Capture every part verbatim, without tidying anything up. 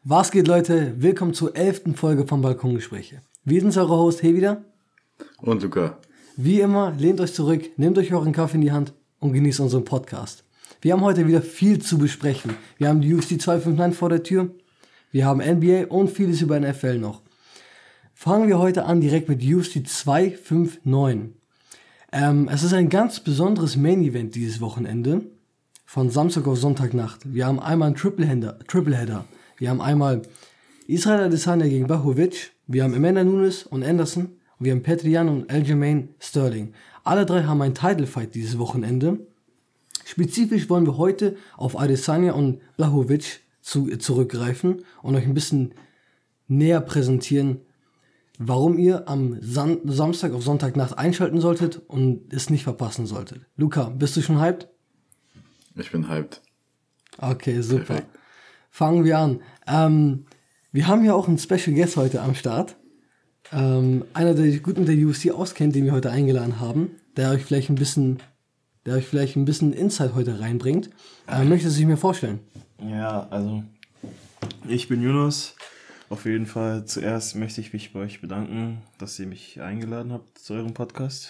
Was geht, Leute? Willkommen zur elften Folge von Balkongespräche. Wir sind eure Host, hey wieder. Und Luca. Wie immer, lehnt euch zurück, nehmt euch euren Kaffee in die Hand und genießt unseren Podcast. Wir haben heute wieder viel zu besprechen. Wir haben die U F C zweihundertneunundfünfzig vor der Tür, wir haben N B A und vieles über N F L noch. Fangen wir heute an direkt mit U F C zweihundertneunundfünfzig. Ähm, es ist ein ganz besonderes Main-Event dieses Wochenende, von Samstag auf Sonntagnacht. Wir haben einmal einen Tripleheader, Tripleheader. Wir haben einmal Israel Adesanya gegen Blachowicz, wir haben Amanda Nunes und Anderson und wir haben Petr Yan und Aljamain Sterling. Alle drei haben einen Title-Fight dieses Wochenende. Spezifisch wollen wir heute auf Adesanya und Blachowicz zu, zurückgreifen und euch ein bisschen näher präsentieren, warum ihr am San- Samstag auf Sonntagnacht einschalten solltet und es nicht verpassen solltet. Luca, bist du schon hyped? Ich bin hyped. Okay, super. Perfekt. Fangen wir an. Ähm, wir haben ja auch einen Special Guest heute am Start. Ähm, einer, der sich gut mit der U F C auskennt, den wir heute eingeladen haben, der euch vielleicht ein bisschen, der euch vielleicht ein bisschen Insight heute reinbringt. Äh, möchtest du dich mir vorstellen? Ja, also ich bin Yunus. Auf jeden Fall zuerst möchte ich mich bei euch bedanken, dass ihr mich eingeladen habt zu eurem Podcast.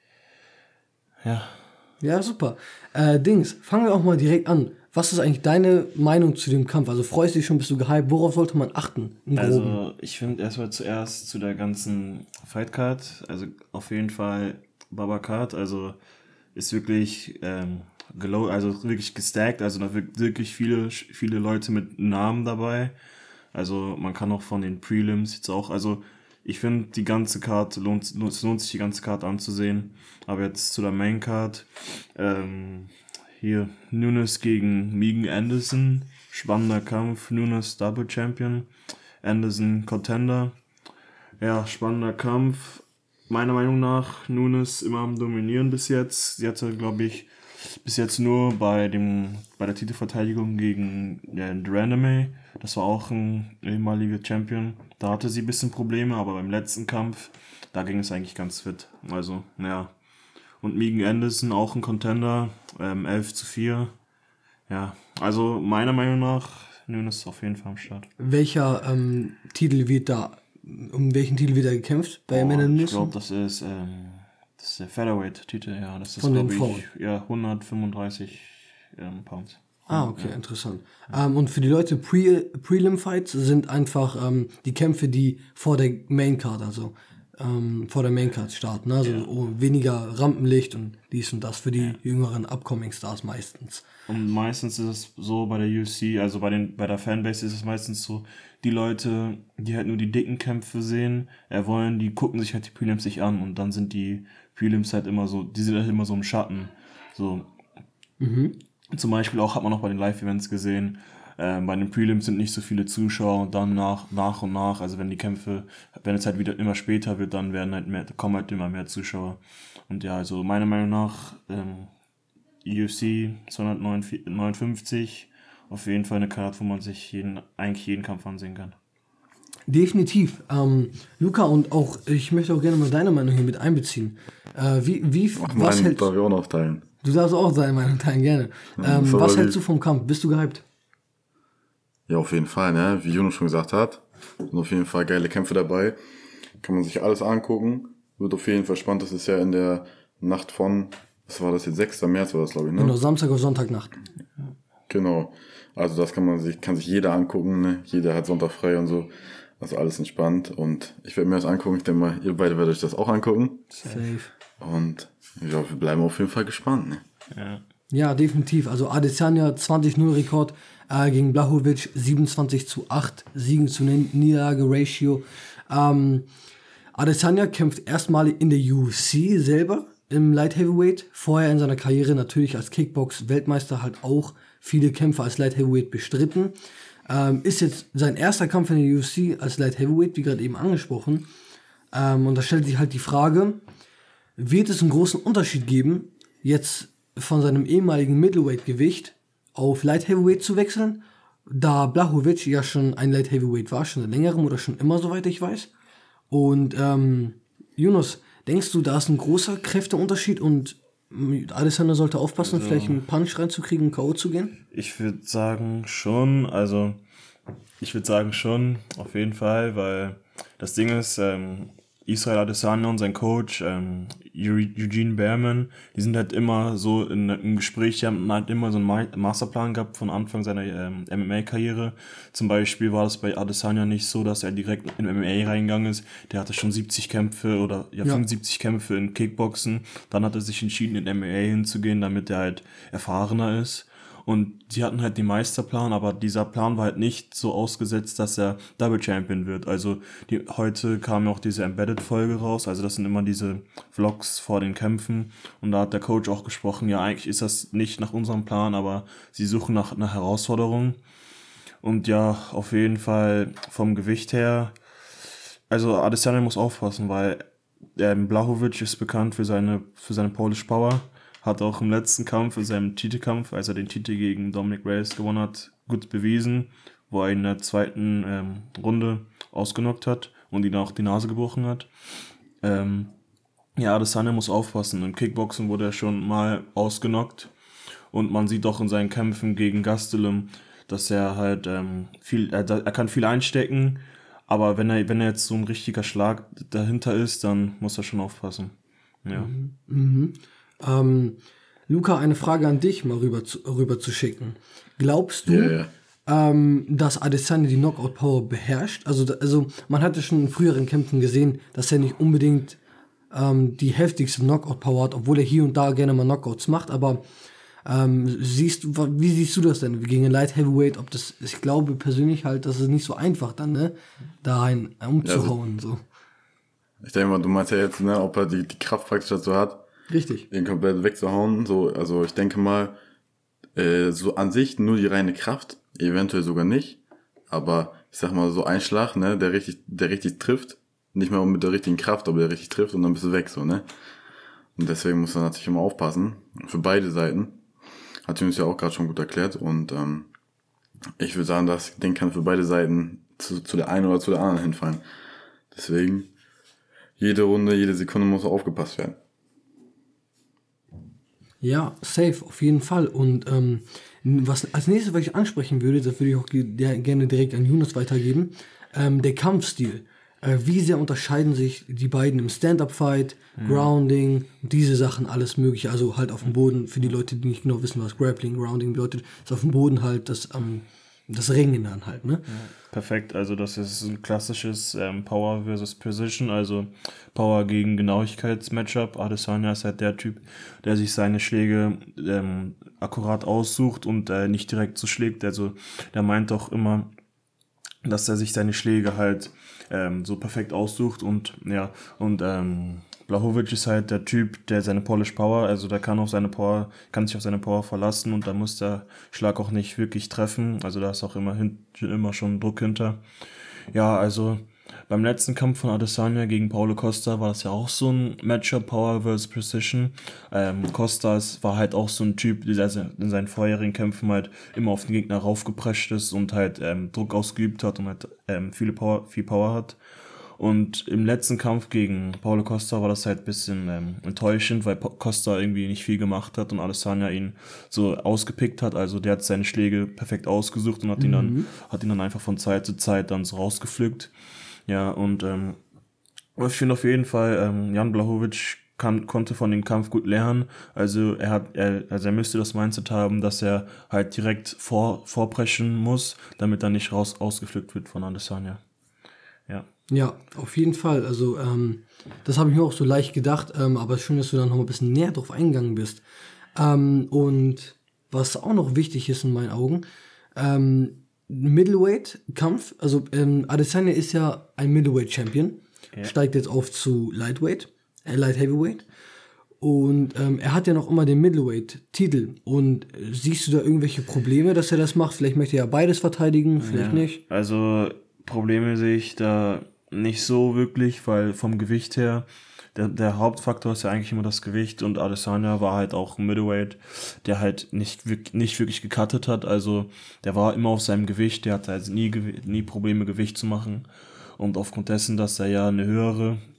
Ja. Ja, super. Äh, Dings, fangen wir auch mal direkt an. Was ist eigentlich deine Meinung zu dem Kampf? Also freust du dich schon, bist du gehypt? Worauf sollte man achten? Im Groben? Also ich finde erstmal zuerst zu der ganzen Fightcard, also auf jeden Fall Babakat, also ist wirklich ähm, gelow, also wirklich gestackt, also da sind wirklich viele, viele Leute mit Namen dabei. Also man kann auch von den Prelims jetzt auch, also ich finde die ganze Card, lohnt, es lohnt sich die ganze Card anzusehen. Aber jetzt zu der Main Card, ähm, hier Nunes gegen Megan Anderson, spannender Kampf, Nunes Double Champion, Anderson Contender. Ja, spannender Kampf, meiner Meinung nach Nunes immer am Dominieren bis jetzt. Sie hatte, glaube ich, bis jetzt nur bei dem bei der Titelverteidigung gegen ja, Durandame, das war auch ein ehemaliger Champion, da hatte sie ein bisschen Probleme, aber beim letzten Kampf, da ging es eigentlich ganz fit. Also, naja. Und Megan Anderson, auch ein Contender, ähm, elf zu vier. Ja, also meiner Meinung nach, Nunes ist auf jeden Fall am Start. Welcher ähm, Titel wird da, um welchen Titel wird da gekämpft bei Amanda Nunes? Ich glaube, das ist, ähm, das ist der Featherweight-Titel, ja. Das ist, Von den glaube Frauen? ich, ja, hundertfünfunddreißig ähm, Pounds. Ah, okay, ja. Interessant. Ähm, und für die Leute, Pre- Prelim-Fights sind einfach ähm, die Kämpfe, die vor der Main-Card, also ähm, vor der Main-Card starten. Ne? Also Ja. oh, weniger Rampenlicht und dies und das für die Ja. jüngeren Upcoming-Stars meistens. Und meistens ist es so bei der U F C, also bei den bei der Fanbase ist es meistens so, die Leute, die halt nur die dicken Kämpfe sehen, äh, wollen, die gucken sich halt die Prelims nicht an und dann sind die Prelims halt immer so, die sind halt immer so im Schatten. So. Mhm. Zum Beispiel auch hat man auch bei den Live-Events gesehen, äh, bei den Prelims sind nicht so viele Zuschauer und dann nach, nach und nach, also wenn die Kämpfe, wenn es halt wieder immer später wird, dann werden halt mehr, kommen halt immer mehr Zuschauer. Und ja, also meiner Meinung nach, ähm, U F C zweihundertneunundfünfzig, auf jeden Fall eine Karte, wo man sich jeden, eigentlich jeden Kampf ansehen kann. Definitiv. Ähm, Luca, und auch, ich möchte auch gerne mal deine Meinung hier mit einbeziehen. Äh, wie, wie, Ach, was meinen hält, darf ich auch noch teilen. du darfst auch deine Meinung teilen, gerne. Ja, Ähm, das ist was aber hältst du lieb. vom Kampf? Bist du gehypt? Ja, auf jeden Fall, ne? Wie Jonas schon gesagt hat, sind auf jeden Fall geile Kämpfe dabei. Kann man sich alles angucken. Wird auf jeden Fall spannend. Das ist ja in der Nacht von, was war das jetzt? sechster März war das, glaube ich, ne? Genau, Samstag auf Sonntagnacht. Genau. Also das kann man sich, kann sich jeder angucken, ne? Jeder hat Sonntag frei und so. Also alles entspannt. Und ich werde mir das angucken. Ich denke mal, ihr beide werdet euch das auch angucken. Safe. Und ja, wir bleiben auf jeden Fall gespannt, ne? Ja. Ja, definitiv. Also Adesanya zwanzig null Rekord äh, gegen Blachowicz, siebenundzwanzig zu acht Siegen zu Niederlage-Ratio. Ähm, Adesanya kämpft erstmalig in der U F C selber im Light Heavyweight. Vorher in seiner Karriere natürlich als Kickbox-Weltmeister halt auch viele Kämpfe als Light Heavyweight bestritten. Ähm, ist jetzt sein erster Kampf in der U F C als Light Heavyweight, wie gerade eben angesprochen. Ähm, und da stellt sich halt die Frage, wird es einen großen Unterschied geben, jetzt von seinem ehemaligen Middleweight-Gewicht auf Light Heavyweight zu wechseln, da Blachowicz ja schon ein Light Heavyweight war, schon seit längerem oder schon immer, soweit ich weiß. Und ähm, Yunus, denkst du, da ist ein großer Kräfteunterschied und Adesanya sollte aufpassen, Also, vielleicht einen Punch reinzukriegen, K O zu gehen? Ich würde sagen schon, also Ich würde sagen schon, auf jeden Fall, weil das Ding ist, ähm, Israel Adesanya und sein Coach, ähm, Eugene Bareman, die sind halt immer so in einem Gespräch, die haben halt immer so einen Masterplan gehabt von Anfang seiner ähm, M M A-Karriere. Zum Beispiel war das bei Adesanya nicht so, dass er direkt in M M A reingegangen ist. Der hatte schon siebzig Kämpfe oder ja, ja. fünfundsiebzig Kämpfe in Kickboxen. Dann hat er sich entschieden, in M M A hinzugehen, damit er halt erfahrener ist. Und sie hatten halt den Meisterplan, aber dieser Plan war halt nicht so ausgesetzt, dass er Double Champion wird. Also die, heute kam auch diese Embedded-Folge raus, also das sind immer diese Vlogs vor den Kämpfen. Und da hat der Coach auch gesprochen, ja, eigentlich ist das nicht nach unserem Plan, aber sie suchen nach einer Herausforderung. Und ja, auf jeden Fall vom Gewicht her, also Adesanya muss aufpassen, weil ähm, Blachowicz ist bekannt für seine, für seine Polish Power. Hat auch im letzten Kampf, in seinem Titelkampf, als er den Titel gegen Dominic Reyes gewonnen hat, gut bewiesen, wo er in der zweiten ähm, Runde ausgenockt hat und ihn auch die Nase gebrochen hat. Ähm, ja, Adesanya muss aufpassen. Im Kickboxen wurde er schon mal ausgenockt und man sieht auch in seinen Kämpfen gegen Gastelum, dass er halt ähm, viel, er, er kann viel einstecken, aber wenn er, wenn er jetzt so ein richtiger Schlag dahinter ist, dann muss er schon aufpassen. Ja. Mhm. Mhm. Ähm, Luca, eine Frage an dich mal rüber zu, rüber zu schicken. Glaubst du, yeah, yeah. Ähm, dass Adesanya die Knockout-Power beherrscht? Also, also man hatte schon in früheren Kämpfen gesehen, dass er nicht unbedingt ähm, die heftigste Knockout-Power hat, obwohl er hier und da gerne mal Knockouts macht, aber ähm, siehst du, wie siehst du das denn gegen ein Light Heavyweight? Ob das, ich glaube persönlich halt, dass es nicht so einfach dann, ne, da rein umzuhauen. Ja, also, so. Ich denke mal, du meinst ja jetzt, ne, ob er die, die Kraft praktisch dazu hat, richtig, den komplett wegzuhauen. So, also ich denke mal, äh, so an sich nur die reine Kraft, eventuell sogar nicht. Aber ich sag mal, so ein Schlag, ne, der richtig, der richtig trifft, nicht mal mit der richtigen Kraft, aber der richtig trifft und dann bist du weg, so, ne. Und deswegen muss man natürlich immer aufpassen. Für beide Seiten. Hat sie uns ja auch gerade schon gut erklärt. Und ähm, ich würde sagen, das Ding kann für beide Seiten zu, zu der einen oder zu der anderen hinfallen. Deswegen, jede Runde, jede Sekunde muss aufgepasst werden. Ja, safe, auf jeden Fall. Und ähm, was als nächstes, was ich ansprechen würde, das würde ich auch ge- gerne direkt an Yunus weitergeben, ähm, der Kampfstil. Äh, wie sehr unterscheiden sich die beiden im Stand-Up-Fight, mhm. Grounding, diese Sachen, alles mögliche. Also halt auf dem Boden, für die Leute, die nicht genau wissen, was Grappling, Grounding bedeutet, ist auf dem Boden halt das, ähm, das Ringen dann halt, ne? Ja, perfekt, also das ist ein klassisches ähm, Power versus Precision, also Power gegen Genauigkeits-Matchup. Adesanya ist halt der Typ, der sich seine Schläge ähm, akkurat aussucht und äh, nicht direkt so schlägt. Also der meint doch immer, dass er sich seine Schläge halt ähm, so perfekt aussucht und ja, und ähm, Blachowicz ist halt der Typ, der seine Polish Power, also der kann auf seine Power, kann sich auf seine Power verlassen und da muss der Schlag auch nicht wirklich treffen, also da ist auch immer, hin, immer schon Druck hinter. Ja, also beim letzten Kampf von Adesanya gegen Paulo Costa war das ja auch so ein Matchup, Power versus Precision. Ähm, Costa war halt auch so ein Typ, der in seinen vorherigen Kämpfen halt immer auf den Gegner raufgeprescht ist und halt ähm, Druck ausgeübt hat und halt ähm, viele Power, viel Power hat. Und im letzten Kampf gegen Paulo Costa war das halt ein bisschen ähm, enttäuschend, weil Costa irgendwie nicht viel gemacht hat und Adesanya ihn so ausgepickt hat. Also der hat seine Schläge perfekt ausgesucht und hat mhm. ihn dann hat ihn dann einfach von Zeit zu Zeit dann so rausgepflückt. Ja, und ähm, ich finde auf jeden Fall, ähm, Jan Blachowicz kann, konnte von dem Kampf gut lernen. Also er hat, er, also er müsste das Mindset haben, dass er halt direkt vor, vorpreschen muss, damit er nicht raus ausgepflückt wird von Adesanya. Ja. Ja, auf jeden Fall. Also ähm, das habe ich mir auch so leicht gedacht, ähm, aber schön, dass du da noch mal ein bisschen näher drauf eingegangen bist. Ähm, und was auch noch wichtig ist in meinen Augen, ähm, Middleweight-Kampf, also ähm, Adesanya ist ja ein Middleweight-Champion, ja. Steigt jetzt auf zu Lightweight, äh, Light Heavyweight und ähm, er hat ja noch immer den Middleweight-Titel und äh, siehst du da irgendwelche Probleme, dass er das macht? Vielleicht möchte er ja beides verteidigen, vielleicht ja. nicht. Also Probleme sehe ich da nicht so wirklich, weil vom Gewicht her, der, der Hauptfaktor ist ja eigentlich immer das Gewicht und Adesanya war halt auch ein Middleweight, der halt nicht, nicht wirklich gecuttet hat, also der war immer auf seinem Gewicht, der hatte also nie, nie Probleme Gewicht zu machen und aufgrund dessen, dass er ja eine höhere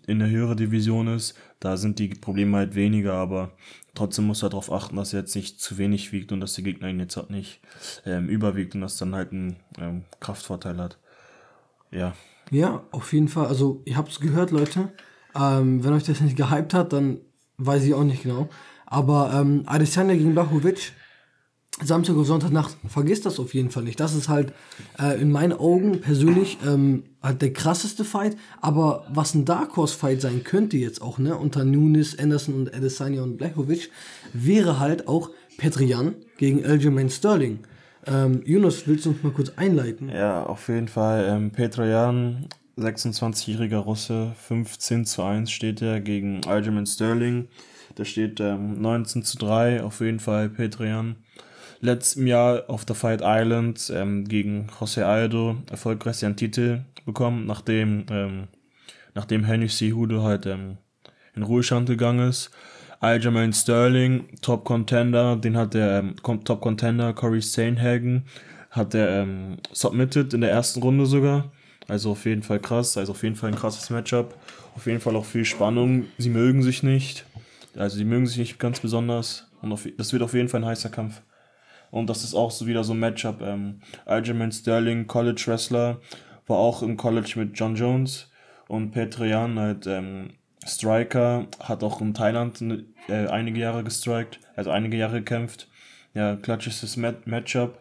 in der höheren Division ist, da sind die Probleme halt weniger, aber trotzdem muss er darauf achten, dass er jetzt nicht zu wenig wiegt und dass der Gegner ihn jetzt halt nicht ähm, überwiegt und das dann halt einen ähm, Kraftvorteil hat. Ja. Ja, auf jeden Fall. Also, ihr habt es gehört, Leute. Ähm, wenn euch das nicht gehypt hat, dann weiß ich auch nicht genau. Aber ähm, Adesanya gegen Blachowicz, Samstag und Sonntagnacht, vergisst das auf jeden Fall nicht. Das ist halt äh, in meinen Augen persönlich ähm, halt der krasseste Fight. Aber was ein Dark Horse Fight sein könnte jetzt auch, ne, unter Nunes, Anderson und Adesanya und Blachowicz, wäre halt auch Petr Yan gegen Aljamain Sterling. Ähm, Yunus, willst du uns mal kurz einleiten? Ja, auf jeden Fall. Ähm, Petr Yan, sechsundzwanzigjähriger Russe, fünfzehn zu eins steht er gegen Aljamain Sterling. Da steht ähm, neunzehn zu drei, auf jeden Fall Petr Yan. Letztem Jahr auf der Fight Island ähm, gegen José Aldo erfolgreich seinen Titel bekommen, nachdem, ähm, nachdem Henry Cejudo halt ähm, in Ruhestand gegangen ist. Aljamain Sterling, Top Contender, den hat der ähm, Top Contender Corey Sandhagen, hat er ähm, submitted in der ersten Runde sogar. Also auf jeden Fall krass, also auf jeden Fall ein krasses Matchup. Auf jeden Fall auch viel Spannung. Sie mögen sich nicht. Also sie mögen sich nicht ganz besonders. Und auf, das wird auf jeden Fall ein heißer Kampf. Und das ist auch so wieder so ein Matchup. Ähm, Aljamain Sterling, College Wrestler, war auch im College mit John Jones. Und Petr Yan halt ähm, Striker, hat auch in Thailand äh, einige Jahre gestrikt, also einige Jahre gekämpft. Ja, klassisches Mat- Matchup.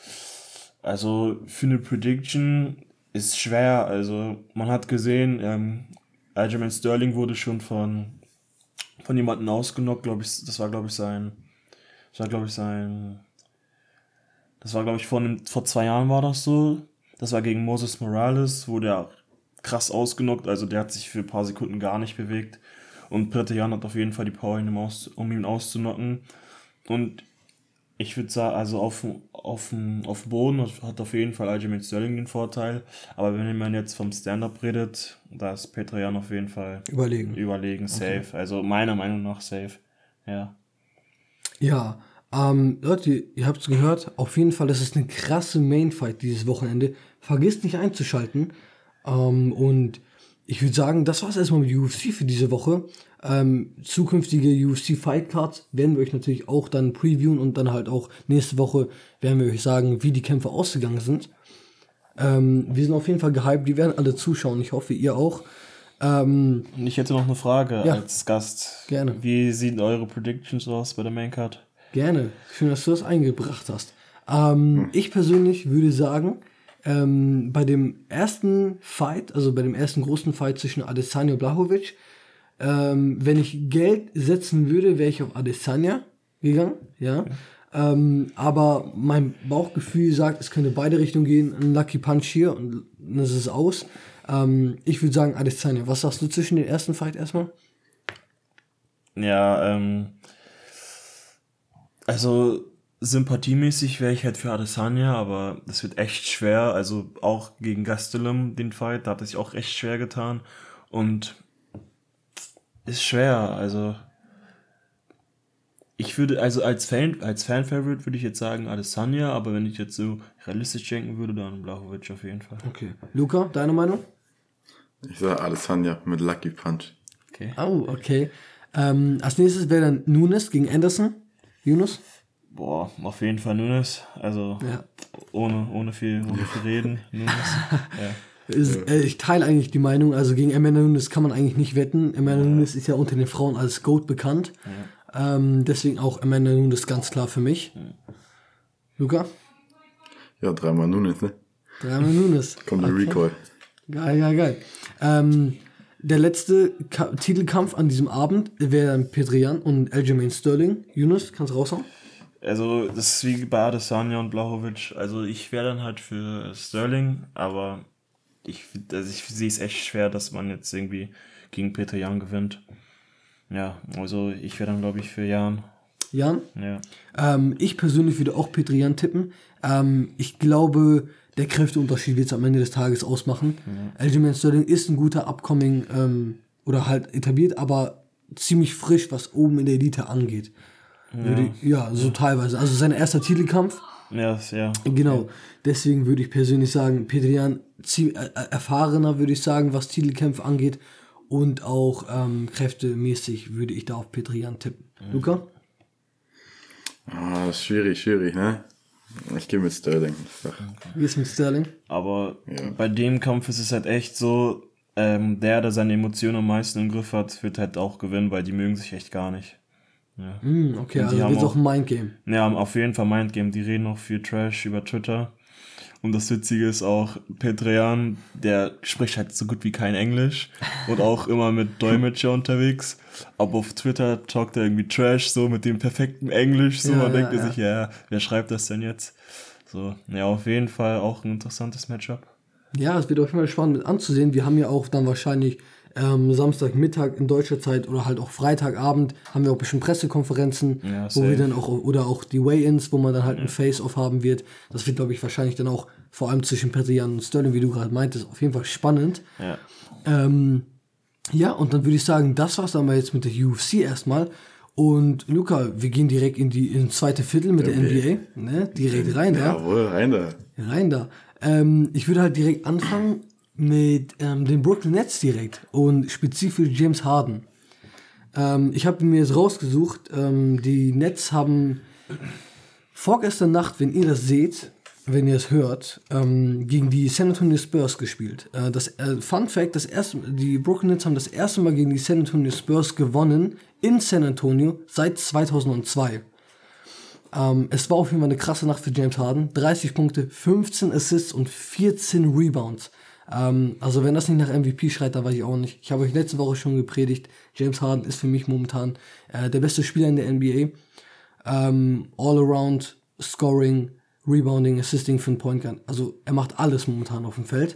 Also für eine Prediction ist schwer. Also man hat gesehen, ähm, Aljamain Sterling wurde schon von von jemandem ausgenockt, glaube ich. Das war glaube ich sein, das war glaube ich sein, das war glaube ich vor einem, vor zwei Jahren war das so. Das war gegen Moses Morales, wo der krass ausgenockt, also der hat sich für ein paar Sekunden gar nicht bewegt und Petr Yan hat auf jeden Fall die Power, um ihn, aus, um ihn auszunocken. Und ich würde sagen, also auf, auf, auf dem Boden hat auf jeden Fall Aljamain Sterling den Vorteil, aber wenn man jetzt vom Stand-Up redet, da ist Petr Yan auf jeden Fall Überlegen. Überlegen, safe, okay. Also meiner Meinung nach safe, ja. Ja, ähm, Leute, ihr habt es gehört, auf jeden Fall, das ist eine krasse Mainfight dieses Wochenende. Vergisst nicht einzuschalten. Ähm, und ich würde sagen, das war's erstmal mit U F C für diese Woche. Ähm, zukünftige U F C Fight Cards werden wir euch natürlich auch dann previewen und dann halt auch nächste Woche werden wir euch sagen, wie die Kämpfe ausgegangen sind. Ähm, wir sind auf jeden Fall gehypt, die werden alle zuschauen, ich hoffe, ihr auch. Ähm, ich hätte noch eine Frage ja, als Gast. Gerne. Wie sehen eure Predictions aus bei der Main Card? Gerne, schön, dass du das eingebracht hast. Ähm, ich persönlich würde sagen, ähm, bei dem ersten Fight, also bei dem ersten großen Fight zwischen Adesanya und Blachowicz, ähm, wenn ich Geld setzen würde, wäre ich auf Adesanya gegangen, ja. Okay. Ähm, aber mein Bauchgefühl sagt, es könnte beide Richtungen gehen, ein Lucky Punch hier und dann ist es aus. Ähm, ich würde sagen Adesanya. Was sagst du zwischen den ersten Fight erstmal? Ja, ähm, also sympathiemäßig wäre ich halt für Adesanya, aber das wird echt schwer. Also auch gegen Gastelum den Fight, da hat es sich auch echt schwer getan und ist schwer. Also ich würde, also als Fan, als Fan-Favorite würde ich jetzt sagen Adesanya, aber wenn ich jetzt so realistisch denken würde, dann Blachowicz auf jeden Fall. Okay. Luca, deine Meinung? Ich sage Adesanya mit Lucky Punch. Okay. Oh, okay. Ähm, als nächstes wäre dann Nunes gegen Anderson. Yunus? Boah, auf jeden Fall Nunes. Also ja. ohne, ohne, viel, ohne viel reden. Nunes. Ja. Ist, äh, ich teile eigentlich die Meinung, also gegen Amanda Nunes kann man eigentlich nicht wetten. Amanda ja. Nunes ist ja unter den Frauen als GOAT bekannt. Ja. Ähm, deswegen auch Amanda Nunes ganz klar für mich. Ja. Luca? Ja, dreimal Nunes, ne? Dreimal Nunes. Kommt der okay. Recoil. Geil, geil, geil. Ähm, der letzte Ka- Titelkampf an diesem Abend wäre dann Petr Yan und Aljamain Sterling. Yunus, kannst du raushauen? Also, das ist wie bei Adesanya und Blachowicz. Also, ich wäre dann halt für Sterling, aber ich, also ich sehe es echt schwer, dass man jetzt irgendwie gegen Petr Yan gewinnt. Ja, also ich wäre dann, glaube ich, für Yan. Yan? Ja. Ähm, ich persönlich würde auch Petr Yan tippen. Ähm, ich glaube, der Kräfteunterschied wird es am Ende des Tages ausmachen. Ja. Aljamain Sterling ist ein guter Upcoming ähm, oder halt etabliert, aber ziemlich frisch, was oben in der Elite angeht. Ja, würde, ja so ja. teilweise. Also sein erster Titelkampf. Ja, ja. Genau. Okay. Deswegen würde ich persönlich sagen, Petr Yan, erfahrener, würde ich sagen, was Titelkämpfe angeht. und auch ähm, kräftemäßig würde ich da auf Petr Yan tippen. Mhm. Luca? Ah, das ist schwierig, schwierig, ne? Ich gehe mit Sterling. Wie ist mit Sterling? Aber ja. Bei dem Kampf ist es halt echt so, ähm, der, der seine Emotionen am meisten im Griff hat, wird halt auch gewinnen, weil die mögen sich echt gar nicht. Ja. Mm, okay, also wird es auch ein Mindgame. Ja, auf jeden Fall Mindgame. Die reden auch viel Trash über Twitter. Und das Witzige ist auch, Petr Yan, der spricht halt so gut wie kein Englisch und auch immer mit Dolmetscher unterwegs. Aber auf Twitter talkt er irgendwie Trash, so mit dem perfekten Englisch. So, ja, man ja, denkt ja. sich, ja, wer schreibt das denn jetzt? So, ja, auf jeden Fall auch ein interessantes Matchup. Ja, es wird auf jeden Fall spannend mit anzusehen. Wir haben ja auch dann wahrscheinlich ähm, Samstagmittag in deutscher Zeit oder halt auch Freitagabend haben wir auch bestimmt Pressekonferenzen, ja, wo wir dann auch, oder auch die Weigh-Ins, wo man dann halt ja. ein Face-Off haben wird. Das wird, glaube ich, wahrscheinlich dann auch vor allem zwischen Petr Yan und Sterling, wie du gerade meintest, auf jeden Fall spannend. Ja. Ähm, ja, und dann würde ich sagen, das war's dann mal jetzt mit der U F C erstmal. Und Luca, wir gehen direkt in die ins zweite Viertel mit okay. der N B A. Ne? Direkt rein da. Jawohl, rein da. Rein da. Ähm, ich würde halt direkt anfangen mit ähm, den Brooklyn Nets direkt und spezifisch James Harden. Ähm, ich habe mir jetzt rausgesucht, ähm, die Nets haben vorgestern Nacht, wenn ihr das seht, wenn ihr es hört, ähm, gegen die San Antonio Spurs gespielt. Äh, das äh, Fun Fact, das erste, die Brooklyn Nets haben das erste Mal gegen die San Antonio Spurs gewonnen in San Antonio seit zweitausendzwei. Ähm, es war auf jeden Fall eine krasse Nacht für James Harden. dreißig Punkte, fünfzehn Assists und vierzehn Rebounds. Ähm, also wenn das nicht nach M V P schreit, dann weiß ich auch nicht. Ich habe euch letzte Woche schon gepredigt, James Harden ist für mich momentan äh, der beste Spieler in der N B A. Ähm, All-around, Scoring, Rebounding, Assisting für den Point Guard. Also er macht alles momentan auf dem Feld.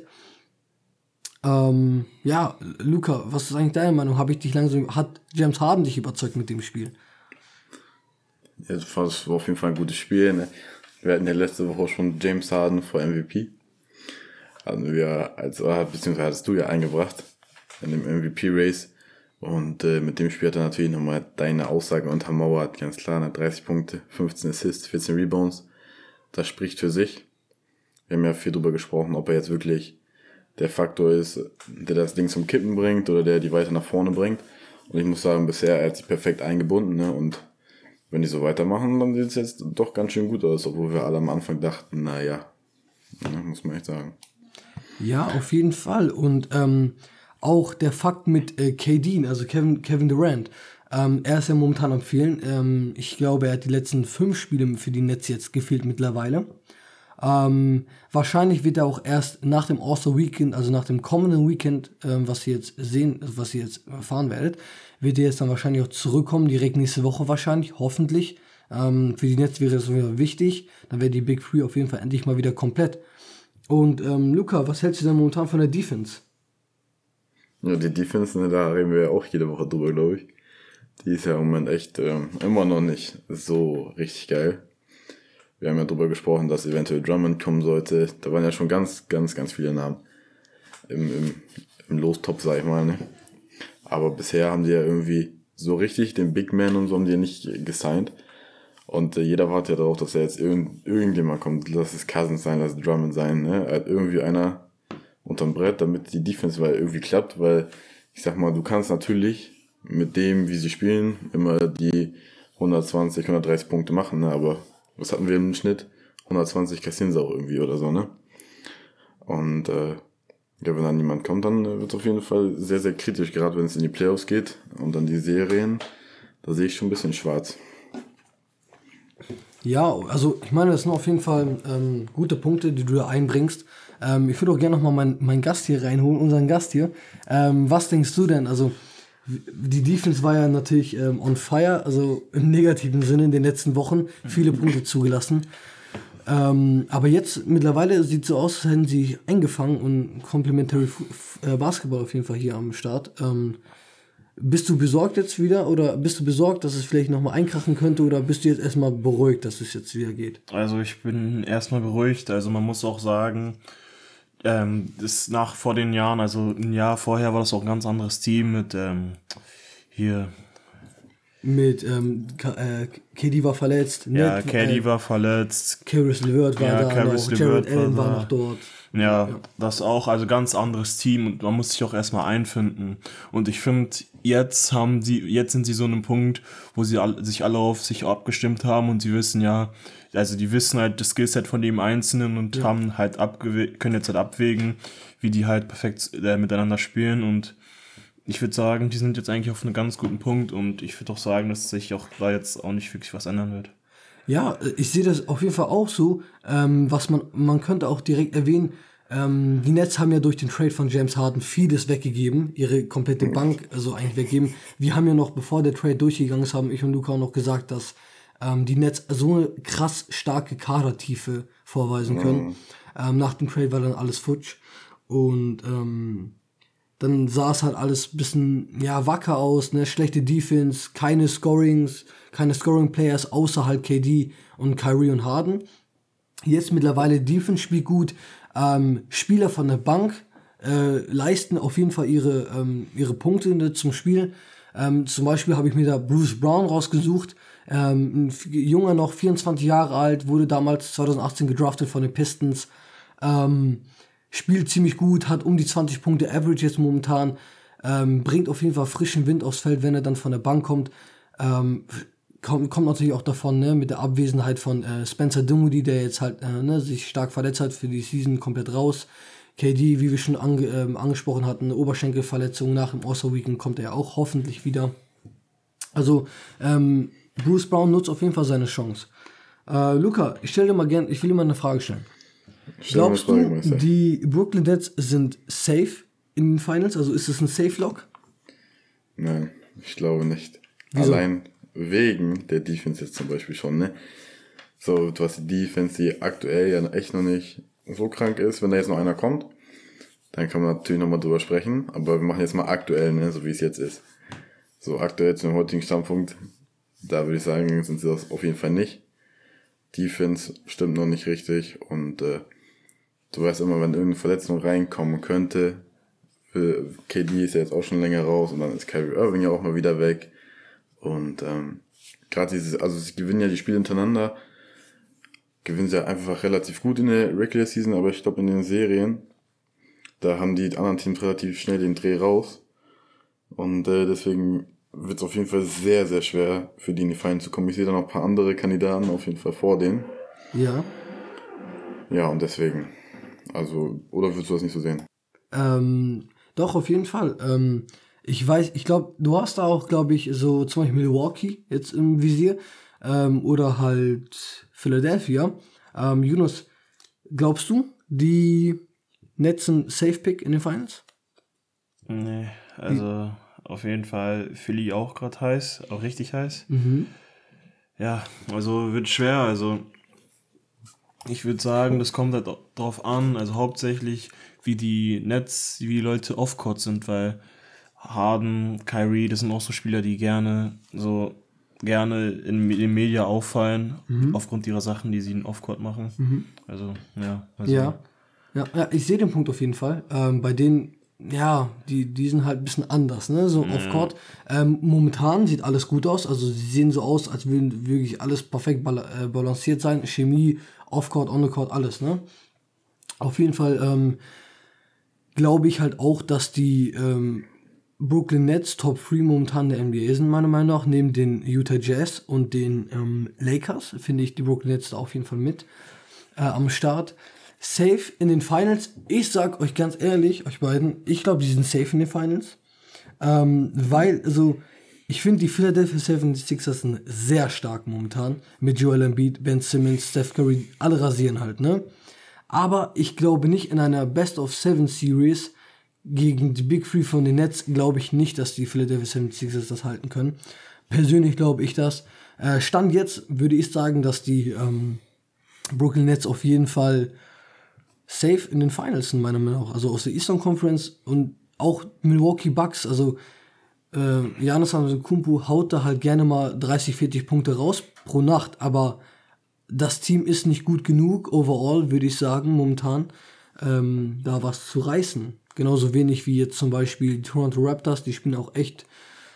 Ähm, ja, Luca, was ist eigentlich deine Meinung? Habe ich dich langsam, hat James Harden dich überzeugt mit dem Spiel? Ja, das war auf jeden Fall ein gutes Spiel. Ne? Wir hatten ja letzte Woche schon James Harden vor M V P. Hatten wir, als, beziehungsweise hattest du ja eingebracht in dem M V P-Race. Und äh, mit dem Spiel hat er natürlich nochmal deine Aussage untermauert. Ganz klar, ne? dreißig Punkte, fünfzehn Assists, vierzehn Rebounds. Das spricht für sich. Wir haben ja viel drüber gesprochen, ob er jetzt wirklich der Faktor ist, der das Ding zum Kippen bringt oder der die weiter nach vorne bringt. Und ich muss sagen, bisher er hat sich perfekt eingebunden. Ne? Und wenn die so weitermachen, dann sieht es jetzt doch ganz schön gut aus, obwohl wir alle am Anfang dachten, naja, ja, muss man echt sagen. Ja, auf jeden Fall. Und ähm, auch der Fakt mit äh, K D, also Kevin, Kevin Durant, ähm, er ist ja momentan am Fehlen. Ähm, ich glaube, er hat die letzten fünf Spiele für die Nets jetzt gefehlt mittlerweile. Ähm, wahrscheinlich wird er auch erst nach dem All-Star-Weekend, also nach dem kommenden Weekend, ähm, was ihr jetzt sehen, was ihr jetzt erfahren werdet, wird er jetzt dann wahrscheinlich auch zurückkommen, direkt nächste Woche wahrscheinlich, hoffentlich. Ähm, für die Nets wäre es wichtig, dann wäre die Big Three auf jeden Fall endlich mal wieder komplett. Und ähm, Luca, was hältst du denn momentan von der Defense? Ja, die Defense, ne, da reden wir ja auch jede Woche drüber, glaube ich. Die ist ja im Moment echt ähm, immer noch nicht so richtig geil. Wir haben ja drüber gesprochen, dass eventuell Drummond kommen sollte. Da waren ja schon ganz, ganz, ganz viele Namen im, im, im Lostopf, sag ich mal. Ne? Aber bisher haben die ja irgendwie so richtig den Big Man und so haben die ja nicht gesigned. Und äh, jeder wartet ja darauf, dass ja jetzt irgend, irgendjemand kommt. Lass es Cousins sein, lass es Drummond sein. Ne? Halt irgendwie einer unterm Brett, damit die Defense weil irgendwie klappt. Weil ich sag mal, du kannst natürlich mit dem, wie sie spielen, immer die hundertzwanzig, hundertdreißig Punkte machen. Ne? Aber was hatten wir im Schnitt? hundertzwanzig kassieren sie auch irgendwie oder so, ne? Und äh, ja, wenn dann niemand kommt, dann wird es auf jeden Fall sehr, sehr kritisch, gerade wenn es in die Playoffs geht und dann die Serien, da sehe ich schon ein bisschen schwarz. Ja, also ich meine, das sind auf jeden Fall ähm, gute Punkte, die du da einbringst. Ähm, ich würde auch gerne nochmal meinen mein Gast hier reinholen, unseren Gast hier. Ähm, was denkst du denn? Also die Defense war ja natürlich ähm, on fire, also im negativen Sinne in den letzten Wochen, viele Punkte zugelassen. Ähm, aber jetzt mittlerweile sieht es so aus, als hätten sie eingefangen und Complementary F- äh, Basketball auf jeden Fall hier am Start. Ähm, bist du besorgt jetzt wieder oder bist du besorgt, dass es vielleicht nochmal einkrachen könnte oder bist du jetzt erstmal beruhigt, dass es jetzt wieder geht? Also ich bin erstmal beruhigt, also man muss auch sagen, Ähm, das nach vor den Jahren, also ein Jahr vorher war das auch ein ganz anderes Team mit ähm, hier mit ähm, K- äh, K D war verletzt. Ja, Ned, K D äh, war verletzt. Caris LeVert war Ja, da Caris noch. LeVert Jared Allen war war da. noch dort. Ja, Ja. das auch, also ganz anderes Team und man muss sich auch erstmal einfinden. Und ich finde, jetzt haben sie, jetzt sind sie so an einem Punkt, wo sie all, sich alle auf sich abgestimmt haben und sie wissen ja, also die wissen halt das Skillset von dem Einzelnen und Ja. haben halt abgew- können jetzt halt abwägen, wie die halt perfekt äh, miteinander spielen und ich würde sagen, die sind jetzt eigentlich auf einem ganz guten Punkt und ich würde auch sagen, dass sich auch da jetzt auch nicht wirklich was ändern wird. Ja, ich sehe das auf jeden Fall auch so. Ähm, was man, man könnte auch direkt erwähnen, ähm, die Nets haben ja durch den Trade von James Harden vieles weggegeben, ihre komplette Bank also eigentlich weggegeben. Wir haben ja noch, bevor der Trade durchgegangen ist, haben ich und Luca auch noch gesagt, dass ähm, die Nets so eine krass starke Kadertiefe vorweisen können. Mhm. Ähm, nach dem Trade war dann alles futsch. Und ähm, dann sah es halt alles ein bisschen, ja, wacker aus, ne, schlechte Defense, keine Scorings, keine Scoring-Players außer halt K D und Kyrie und Harden. Jetzt mittlerweile Defense spielt gut, ähm, Spieler von der Bank äh, leisten auf jeden Fall ihre, ähm, ihre Punkte ne, zum Spiel. Ähm, zum Beispiel habe ich mir da Bruce Brown rausgesucht, ähm, ein Junger noch, vierundzwanzig Jahre alt, wurde damals zwanzig achtzehn gedraftet von den Pistons, ähm, spielt ziemlich gut, hat um die zwanzig Punkte Average jetzt momentan, ähm, bringt auf jeden Fall frischen Wind aufs Feld, wenn er dann von der Bank kommt. Ähm, kommt, kommt natürlich auch davon, ne, mit der Abwesenheit von äh, Spencer Dinwiddie, der jetzt halt äh, ne, sich stark verletzt hat, für die Season komplett raus. K D, wie wir schon ange, ähm, angesprochen hatten, eine Oberschenkelverletzung, nach dem All-Star-Weekend kommt er ja auch hoffentlich wieder. Also ähm, Bruce Brown nutzt auf jeden Fall seine Chance. Äh, Luca, ich stell dir mal gern, ich will dir mal eine Frage stellen. Glaubst du, die Brooklyn Nets sind safe in den Finals? Also ist es ein Safe-Lock? Nein, ich glaube nicht. Wieso? Allein wegen der Defense jetzt zum Beispiel schon, ne? So, du hast die Defense, die aktuell ja echt noch nicht so krank ist. Wenn da jetzt noch einer kommt, dann kann man natürlich nochmal drüber sprechen. Aber wir machen jetzt mal aktuell, ne? So wie es jetzt ist. So aktuell zu dem heutigen Standpunkt, da würde ich sagen, sind sie das auf jeden Fall nicht. Defense stimmt noch nicht richtig und äh, du weißt immer, wenn irgendeine Verletzung reinkommen könnte, für K D ist ja jetzt auch schon länger raus und dann ist Kyrie Irving ja auch mal wieder weg und ähm, gerade dieses, also sie gewinnen ja die Spiele hintereinander, gewinnen sie ja einfach relativ gut in der Regular Season, aber ich glaube in den Serien, da haben die anderen Teams relativ schnell den Dreh raus und äh, deswegen wird es auf jeden Fall sehr, sehr schwer für die in die Finals zu kommen. Ich sehe da noch ein paar andere Kandidaten auf jeden Fall vor denen. Ja. Ja, und deswegen. Also, oder würdest du das nicht so sehen? Ähm, doch, auf jeden Fall. Ähm, ich weiß, ich glaube, du hast da auch, glaube ich, so zum Beispiel Milwaukee jetzt im Visier ähm, oder halt Philadelphia. Ähm, Yunus, glaubst du, die Nets sind Safe Pick in den Finals? Nee, also auf jeden Fall Philly auch gerade heiß, auch richtig heiß. Mhm. Ja, also wird schwer, also ich würde sagen, das kommt halt drauf an, also hauptsächlich wie die Nets, wie die Leute off-court sind, weil Harden, Kyrie, das sind auch so Spieler, die gerne so gerne in den Medien auffallen, mhm. aufgrund ihrer Sachen, die sie in Off-Court machen. Mhm. Also, ja. Also. Ja. ja. Ja, ich sehe den Punkt auf jeden Fall. Ähm, bei denen, ja, die, die sind halt ein bisschen anders, ne, so mhm. Off-Court. Ähm, momentan sieht alles gut aus, also sie sehen so aus, als würden wirklich alles perfekt bal- äh, balanciert sein. Chemie, Off-Court, On-the-Court, alles, ne. Auf jeden Fall, ähm, glaube ich halt auch, dass die, ähm, Brooklyn Nets Top drei momentan der N B A sind, meiner Meinung nach, neben den Utah Jazz und den ähm, Lakers, finde ich die Brooklyn Nets da auf jeden Fall mit äh, am Start. Safe in den Finals, ich sag euch ganz ehrlich, euch beiden, ich glaube, die sind safe in den Finals, ähm, weil, also, ich finde die Philadelphia seventy-sixers sind sehr stark momentan, mit Joel Embiid, Ben Simmons, Steph Curry, alle rasieren halt, ne? Aber ich glaube nicht in einer Best-of-Seven-Series gegen die Big Three von den Nets, glaube ich nicht, dass die Philadelphia seventy-sixers das halten können. Persönlich glaube ich das. Äh, Stand jetzt würde ich sagen, dass die ähm, Brooklyn Nets auf jeden Fall safe in den Finals sind, meiner Meinung nach. Also aus der Eastern Conference und auch Milwaukee Bucks, also äh, Giannis Antetokounmpo haut da halt gerne mal dreißig, vierzig Punkte raus pro Nacht, aber das Team ist nicht gut genug, overall, würde ich sagen, momentan, ähm, da was zu reißen. Genauso wenig wie jetzt zum Beispiel die Toronto Raptors, die spielen auch echt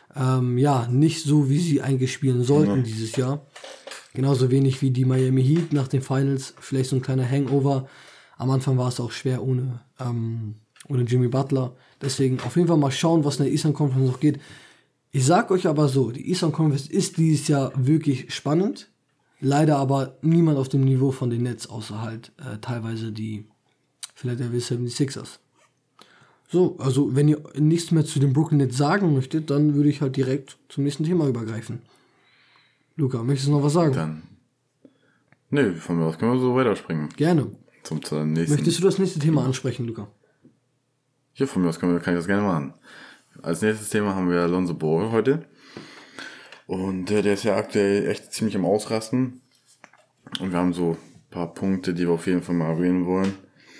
ähm, ja, nicht so, wie sie eigentlich spielen sollten Ja. dieses Jahr. Genauso wenig wie die Miami Heat nach den Finals, vielleicht so ein kleiner Hangover. Am Anfang war es auch schwer ohne, ähm, ohne Jimmy Butler. Deswegen auf jeden Fall mal schauen, was in der Eastern Conference noch geht. Ich sag euch aber so, die Eastern Conference ist dieses Jahr wirklich spannend. Leider aber niemand auf dem Niveau von den Nets, außer halt äh, teilweise die Philadelphia seventy-sixers. So, also wenn ihr nichts mehr zu den Brooklyn Nets sagen möchtet, dann würde ich halt direkt zum nächsten Thema übergreifen. Luca, möchtest du noch was sagen? Dann. Nee, von mir aus können wir so weiterspringen. Gerne. Zum, zum nächsten. Möchtest du das nächste Thema ansprechen, Luca? Ja, von mir aus können wir, kann ich das gerne machen. Als nächstes Thema haben wir Lonzo Ball heute. Und äh, der ist ja aktuell echt ziemlich am Ausrasten. Und wir haben so ein paar Punkte, die wir auf jeden Fall mal erwähnen wollen.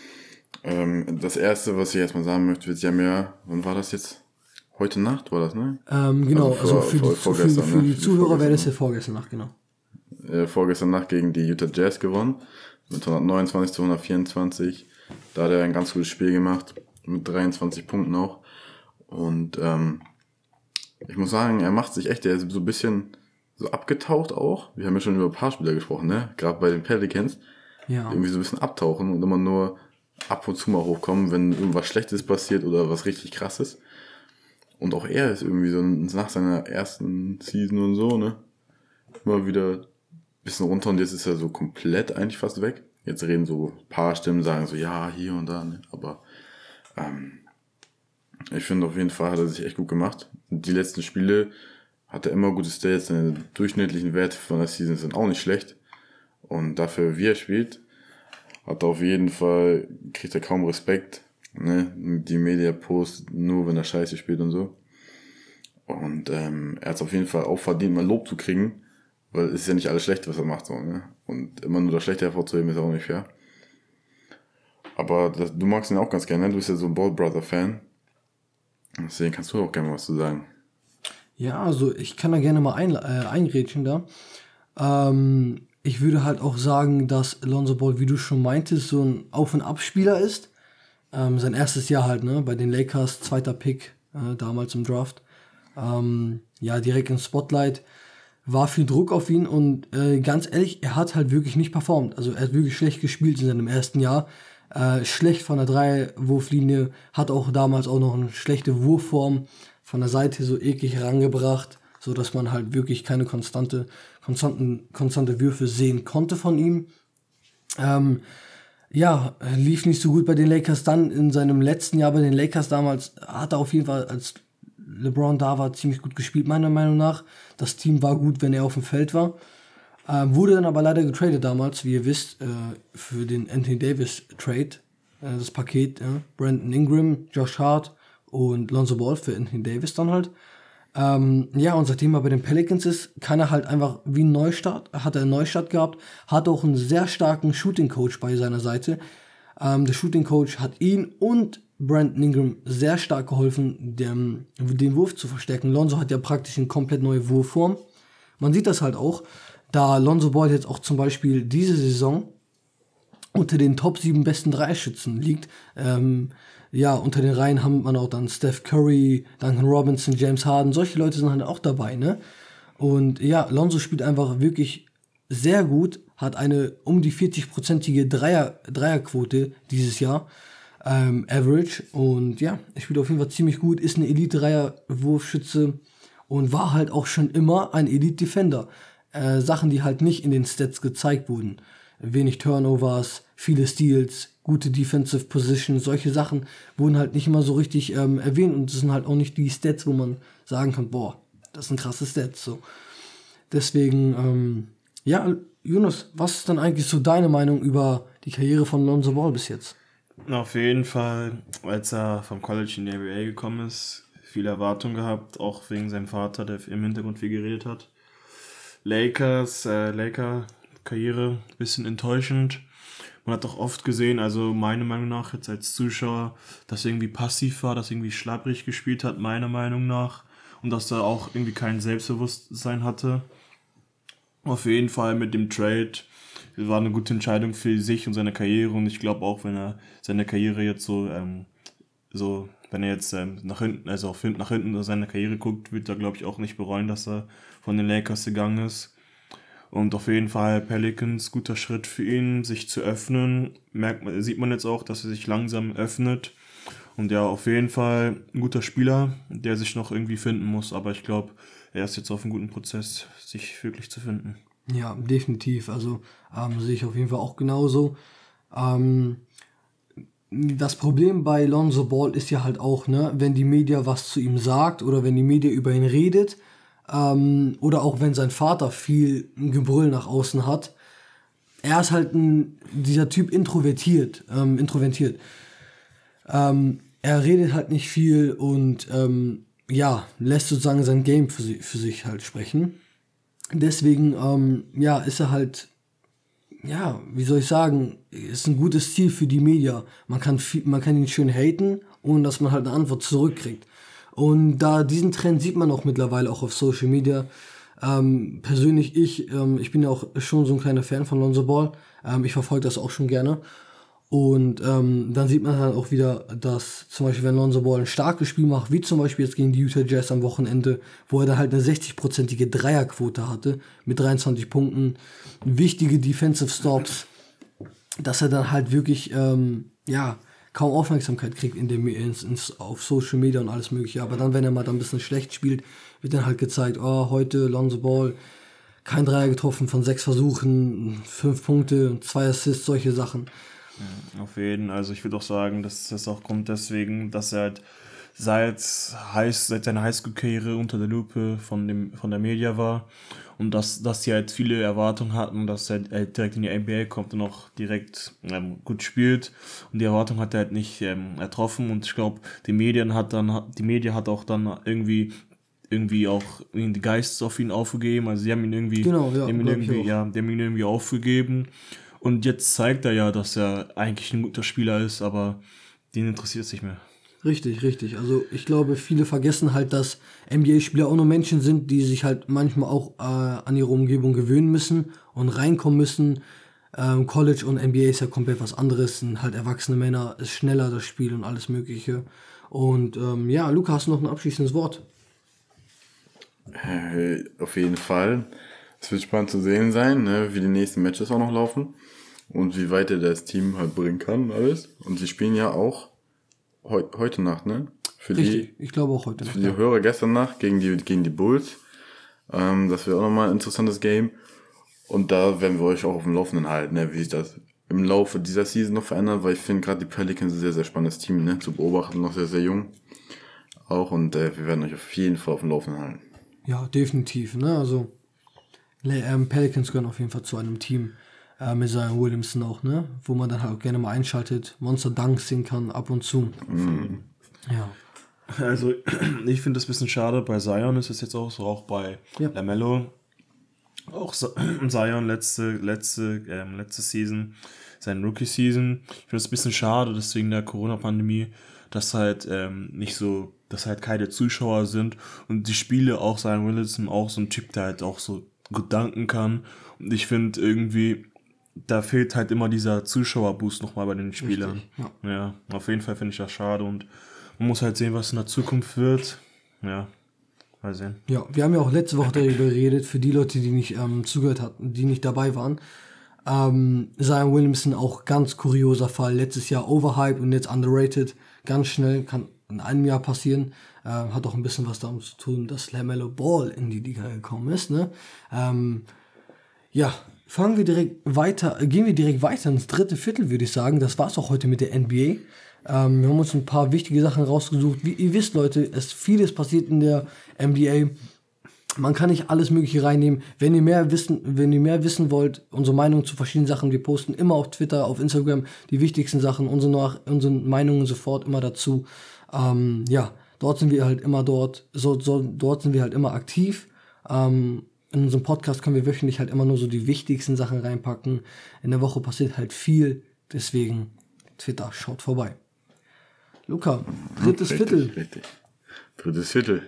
Ähm, das erste, was ich erstmal sagen möchte, wird ja mehr, wann war das jetzt? Heute Nacht war das, ne? Ähm, genau, Also vor- also für, vor- die, für, vorgestern, für ne? die Für die Zuhörer wäre das vorgestern. ja vorgestern Nacht, genau. Äh, vorgestern Nacht gegen die Utah Jazz gewonnen. Mit hundertneunundzwanzig zu hundertvierundzwanzig. Da hat er ein ganz gutes Spiel gemacht. Mit dreiundzwanzig Punkten auch. Und ähm, ich muss sagen, er macht sich echt, er ist so ein bisschen so abgetaucht auch. Wir haben ja schon über ein paar Spieler gesprochen, ne? Gerade bei den Pelicans. Ja. Irgendwie so ein bisschen abtauchen und immer nur ab und zu mal hochkommen, wenn irgendwas Schlechtes passiert oder was richtig Krasses. Und auch er ist irgendwie so nach seiner ersten Season und so, ne? Immer wieder ein bisschen runter und jetzt ist er so komplett eigentlich fast weg. Jetzt reden so ein paar Stimmen, sagen so, ja, hier und da, ne? Aber ähm, ich finde auf jeden Fall hat er sich echt gut gemacht. Die letzten Spiele hat er immer gute Stats, seine durchschnittlichen Werte von der Season sind auch nicht schlecht. Und dafür, wie er spielt, hat er auf jeden Fall, kriegt er kaum Respekt. Ne? Die Media postet nur, wenn er scheiße spielt und so. Und ähm, er hat es auf jeden Fall auch verdient, mal Lob zu kriegen, weil es ist ja nicht alles schlecht, was er macht. So, ne? Und immer nur das Schlechte hervorzuheben, ist auch nicht fair. Aber das, du magst ihn auch ganz gerne, ne? Du bist ja so ein Ball Brother Fan. Deswegen kannst du auch gerne was zu sagen. Ja, also ich kann da gerne mal ein, äh, eingrätschen da. Ähm, ich würde halt auch sagen, dass Lonzo Ball, wie du schon meintest, so ein Auf- und Abspieler ist. Ähm, sein erstes Jahr halt, ne, bei den Lakers, zweiter Pick, äh, damals im Draft. Ähm, ja, direkt im Spotlight. War viel Druck auf ihn und äh, ganz ehrlich, er hat halt wirklich nicht performt. Also er hat wirklich schlecht gespielt in seinem ersten Jahr. Äh, schlecht von der Drei-Wurflinie, hat auch damals auch noch eine schlechte Wurfform von der Seite so eklig rangebracht, so dass man halt wirklich keine konstante, konstanten, konstante Würfe sehen konnte von ihm. Ähm, ja, lief nicht so gut bei den Lakers. Dann in seinem letzten Jahr bei den Lakers damals hat er auf jeden Fall, als LeBron da war, ziemlich gut gespielt, meiner Meinung nach. Das Team war gut, wenn er auf dem Feld war. Ähm, wurde dann aber leider getradet damals, wie ihr wisst, äh, für den Anthony Davis Trade. Äh, das Paket, ja. Brandon Ingram, Josh Hart und Lonzo Ball für Anthony Davis dann halt. Ähm, ja, und seitdem er bei den Pelicans ist, kann er halt einfach wie ein Neustart, hat er einen Neustart gehabt, hat auch einen sehr starken Shooting Coach bei seiner Seite. Ähm, der Shooting Coach hat ihn und Brandon Ingram sehr stark geholfen, den, den Wurf zu verstärken. Lonzo hat ja praktisch eine komplett neue Wurfform. Man sieht das halt auch, da Lonzo Ball jetzt auch zum Beispiel diese Saison unter den Top sieben besten Dreischützen liegt. Ähm, ja, unter den Reihen haben man auch dann Steph Curry, Duncan Robinson, James Harden. Solche Leute sind halt auch dabei, ne? Und ja, Lonzo spielt einfach wirklich sehr gut, hat eine um die vierzig-prozentige Dreier, Dreierquote dieses Jahr, ähm, Average. Und ja, er spielt auf jeden Fall ziemlich gut, ist ein Elite-Dreier-Wurfschütze und war halt auch schon immer ein Elite-Defender. Äh, Sachen, die halt nicht in den Stats gezeigt wurden. Wenig Turnovers, viele Steals, gute Defensive Positions, solche Sachen wurden halt nicht immer so richtig ähm, erwähnt und das sind halt auch nicht die Stats, wo man sagen kann, boah, das sind krasse Stats. So. Deswegen, ähm, ja, Yunus, was ist dann eigentlich so deine Meinung über die Karriere von Lonzo Ball bis jetzt? Auf jeden Fall, als er vom College in die N B A gekommen ist, viel Erwartung gehabt, auch wegen seinem Vater, der im Hintergrund viel geredet hat. Lakers, äh, Laker-Karriere, bisschen enttäuschend. Man hat auch oft gesehen, also meiner Meinung nach jetzt als Zuschauer, dass er irgendwie passiv war, dass er irgendwie schlapprig gespielt hat, meiner Meinung nach. Und dass er auch irgendwie kein Selbstbewusstsein hatte. Auf jeden Fall mit dem Trade war eine gute Entscheidung für sich und seine Karriere. Und ich glaube auch, wenn er seine Karriere jetzt so ähm, so, wenn er jetzt ähm, nach hinten, also auf hinten, nach hinten seine Karriere guckt, wird er, glaube ich, auch nicht bereuen, dass er von den Lakers gegangen ist. Und auf jeden Fall Pelicans, guter Schritt für ihn, sich zu öffnen. Merkt man, sieht man jetzt auch, dass er sich langsam öffnet. Und ja, auf jeden Fall ein guter Spieler, der sich noch irgendwie finden muss. Aber ich glaube, er ist jetzt auf einem guten Prozess, sich wirklich zu finden. Ja, definitiv. Also ähm, sehe ich auf jeden Fall auch genauso. Ähm, das Problem bei Lonzo Ball ist ja halt auch, ne, wenn die Media was zu ihm sagt oder wenn die Media über ihn redet, ähm, oder auch wenn sein Vater viel Gebrüll nach außen hat, er ist halt ein, dieser Typ introvertiert, ähm, introvertiert. Ähm, er redet halt nicht viel und ähm, ja, lässt sozusagen sein Game für, sie, für sich halt sprechen. Deswegen, ähm, ja, ist er halt, ja, wie soll ich sagen, ist ein gutes Ziel für die Media. Man kann, viel, man kann ihn schön haten, ohne dass man halt eine Antwort zurückkriegt. Und da diesen Trend sieht man auch mittlerweile auch auf Social Media. Ähm, persönlich ich, ähm, ich bin ja auch schon so ein kleiner Fan von Lonzo Ball. Ähm, ich verfolge das auch schon gerne. Und ähm, dann sieht man halt auch wieder, dass zum Beispiel, wenn Lonzo Ball ein starkes Spiel macht, wie zum Beispiel jetzt gegen die Utah Jazz am Wochenende, wo er dann halt eine sechzig-prozentige Dreierquote hatte, mit dreiundzwanzig Punkten, wichtige Defensive Stops, dass er dann halt wirklich, ähm, ja, kaum Aufmerksamkeit kriegt in dem, ins, ins, auf Social Media und alles mögliche. Aber dann, wenn er mal dann ein bisschen schlecht spielt, wird dann halt gezeigt, oh, heute Lonzo Ball, kein Dreier getroffen von sechs Versuchen, fünf Punkte, zwei Assists, solche Sachen. Ja, auf jeden, also ich würde auch sagen, dass das auch kommt deswegen, dass er halt seit, High, seit seiner Highschool-Karriere unter der Lupe von, dem, von der Media war und dass, dass sie halt viele Erwartungen hatten, dass er halt direkt in die N B A kommt und auch direkt ähm, gut spielt und die Erwartung hat er halt nicht ähm, ertroffen und ich glaube, die Medien hat dann, die Media hat auch dann irgendwie irgendwie auch die Geist auf ihn aufgegeben, also sie haben ihn irgendwie, genau, ja, haben ihn irgendwie, ja, die haben ihn irgendwie aufgegeben. Und jetzt zeigt er ja, dass er eigentlich ein guter Spieler ist, aber den interessiert es nicht mehr. Richtig, richtig. Also ich glaube, viele vergessen halt, dass N B A-Spieler auch nur Menschen sind, die sich halt manchmal auch äh, an ihre Umgebung gewöhnen müssen und reinkommen müssen. Ähm, College und N B A ist ja komplett was anderes, sind halt erwachsene Männer, ist schneller das Spiel und alles mögliche. Und ähm, ja, Luca, hast du noch ein abschließendes Wort? Äh, auf jeden Fall. Es wird spannend zu sehen sein, ne, wie die nächsten Matches auch noch laufen und wie weit er das Team halt bringen kann und alles. Und sie spielen ja auch heu- heute Nacht, ne? Für Richtig, die, ich glaube auch heute Nacht. für die Ja. Hörer gestern Nacht gegen die, gegen die Bulls. Ähm, das wäre auch nochmal ein interessantes Game. Und da werden wir euch auch auf dem Laufenden halten, ne, wie sich das im Laufe dieser Season noch verändert, weil ich finde gerade die Pelicans ein sehr, sehr spannendes Team, ne, zu beobachten, noch sehr, sehr jung. Auch und äh, wir werden euch auf jeden Fall auf dem Laufenden halten. Ja, definitiv. Ne? Also Le- ähm, Pelicans gehören auf jeden Fall zu einem Team äh, mit Zion Williamson auch, ne? Wo man dann halt auch gerne mal einschaltet, Monster Dunks singen kann ab und zu. Mhm. Ja. Also ich finde das ein bisschen schade, bei Zion ist es jetzt auch so, auch bei Ja. LaMelo. Auch Z- Zion letzte, letzte, ähm, letzte Season, seine Rookie-Season. Ich finde es ein bisschen schade, dass wegen der Corona-Pandemie, dass halt ähm, nicht so, dass halt keine Zuschauer sind und die Spiele auch Zion Williamson auch so ein Typ, der halt auch so gut danken kann. Und ich finde irgendwie, da fehlt halt immer dieser Zuschauerboost nochmal bei den Spielern. Richtig, ja. Ja, auf jeden Fall finde ich das schade und man muss halt sehen, was in der Zukunft wird. Ja, mal sehen. Ja, wir haben ja auch letzte Woche darüber geredet, für die Leute, die nicht ähm, zugehört hatten, die nicht dabei waren. Ähm, Zion Williamson auch ganz kurioser Fall. Letztes Jahr overhyped und jetzt underrated. Ganz schnell, kann in einem Jahr passieren. Äh, hat auch ein bisschen was damit zu tun, dass LaMelo Ball in die Liga gekommen ist. Ne? Ähm, ja, fangen wir direkt weiter, äh, gehen wir direkt weiter ins dritte Viertel, würde ich sagen. Das war's auch heute mit der N B A. Ähm, wir haben uns ein paar wichtige Sachen rausgesucht. Wie ihr wisst, Leute, es vieles passiert in der N B A. Man kann nicht alles Mögliche reinnehmen. Wenn ihr mehr wissen, wenn ihr mehr wissen wollt, unsere Meinung zu verschiedenen Sachen, wir posten immer auf Twitter, auf Instagram die wichtigsten Sachen, unsere, Nach unsere Meinungen sofort immer dazu. Ähm, ja, dort sind wir halt immer dort, so, so, dort sind wir halt immer aktiv. Ähm, in unserem Podcast können wir wöchentlich halt immer nur so die wichtigsten Sachen reinpacken. In der Woche passiert halt viel, deswegen Twitter, schaut vorbei. Luca, drittes Richtig, Viertel. Richtig. Drittes Viertel.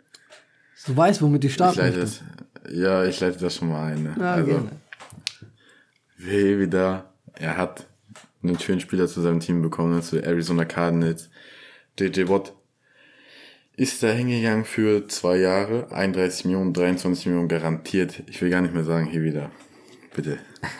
Du weißt, womit die Ich starten leite möchten. das, ja, ich leite das schon mal ein. Ne? Ja, also, gerne. Wie wieder, er hat einen schönen Spieler zu seinem Team bekommen, ne, zu den Arizona Cardinals. J J Watt ist da hingegangen für zwei Jahre, einunddreißig Millionen, dreiundzwanzig Millionen garantiert. Ich will gar nicht mehr sagen, hier wieder. Bitte.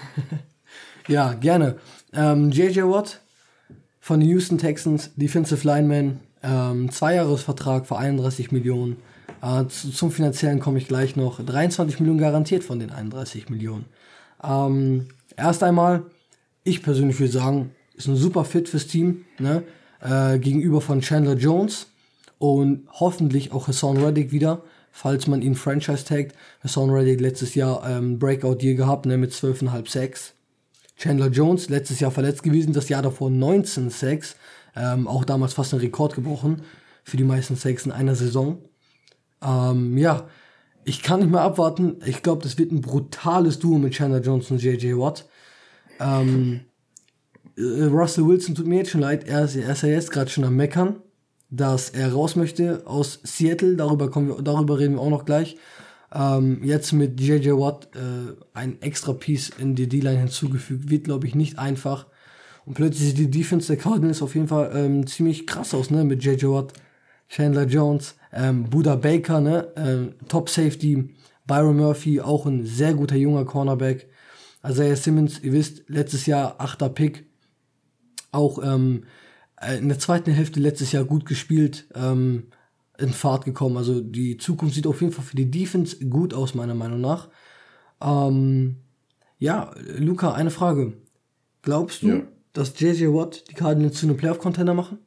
Ja, gerne. Ähm, J J Watt von den Houston Texans, Defensive Lineman, ähm, Zweijahresvertrag für einunddreißig Millionen. Äh, zu, zum Finanziellen komme ich gleich noch. dreiundzwanzig Millionen garantiert von den einunddreißig Millionen. Ähm, erst einmal, ich persönlich würde sagen, ist ein super Fit fürs Team, ne? Äh, gegenüber von Chandler Jones und hoffentlich auch Hassan Reddick wieder, falls man ihn Franchise taggt. Hassan Reddick letztes Jahr ähm, Breakout-Year gehabt, ne, mit zwölf Komma fünf Sacks. Chandler Jones letztes Jahr verletzt gewesen, das Jahr davor neunzehn Sacks, ähm, auch damals fast einen Rekord gebrochen für die meisten Sacks in einer Saison. Ähm, ja, ich kann nicht mehr abwarten. Ich glaube, das wird ein brutales Duo mit Chandler Jones und J J Watt. Ähm, äh, Russell Wilson tut mir jetzt schon leid, er ist, er ist ja jetzt gerade schon am Meckern, dass er raus möchte aus Seattle, darüber, kommen wir, darüber reden wir auch noch gleich. Ähm, jetzt mit J J Watt äh, ein extra Piece in die D-Line hinzugefügt, wird, glaube ich, nicht einfach. Und plötzlich sieht die Defense der Cardinals auf jeden Fall ähm, ziemlich krass aus, ne? Mit J J Watt, Chandler Jones, ähm, Buda Baker, ne? Ähm, Top Safety, Byron Murphy, auch ein sehr guter junger Cornerback. Isaiah Simmons, ihr wisst, letztes Jahr achter Pick, auch ähm, in der zweiten Hälfte letztes Jahr gut gespielt, ähm, in Fahrt gekommen. Also die Zukunft sieht auf jeden Fall für die Defense gut aus, meiner Meinung nach. Ähm, ja, Luca, eine Frage. Glaubst du, ja, dass J J Watt die Cardinals zu einem Playoff-Contender machen?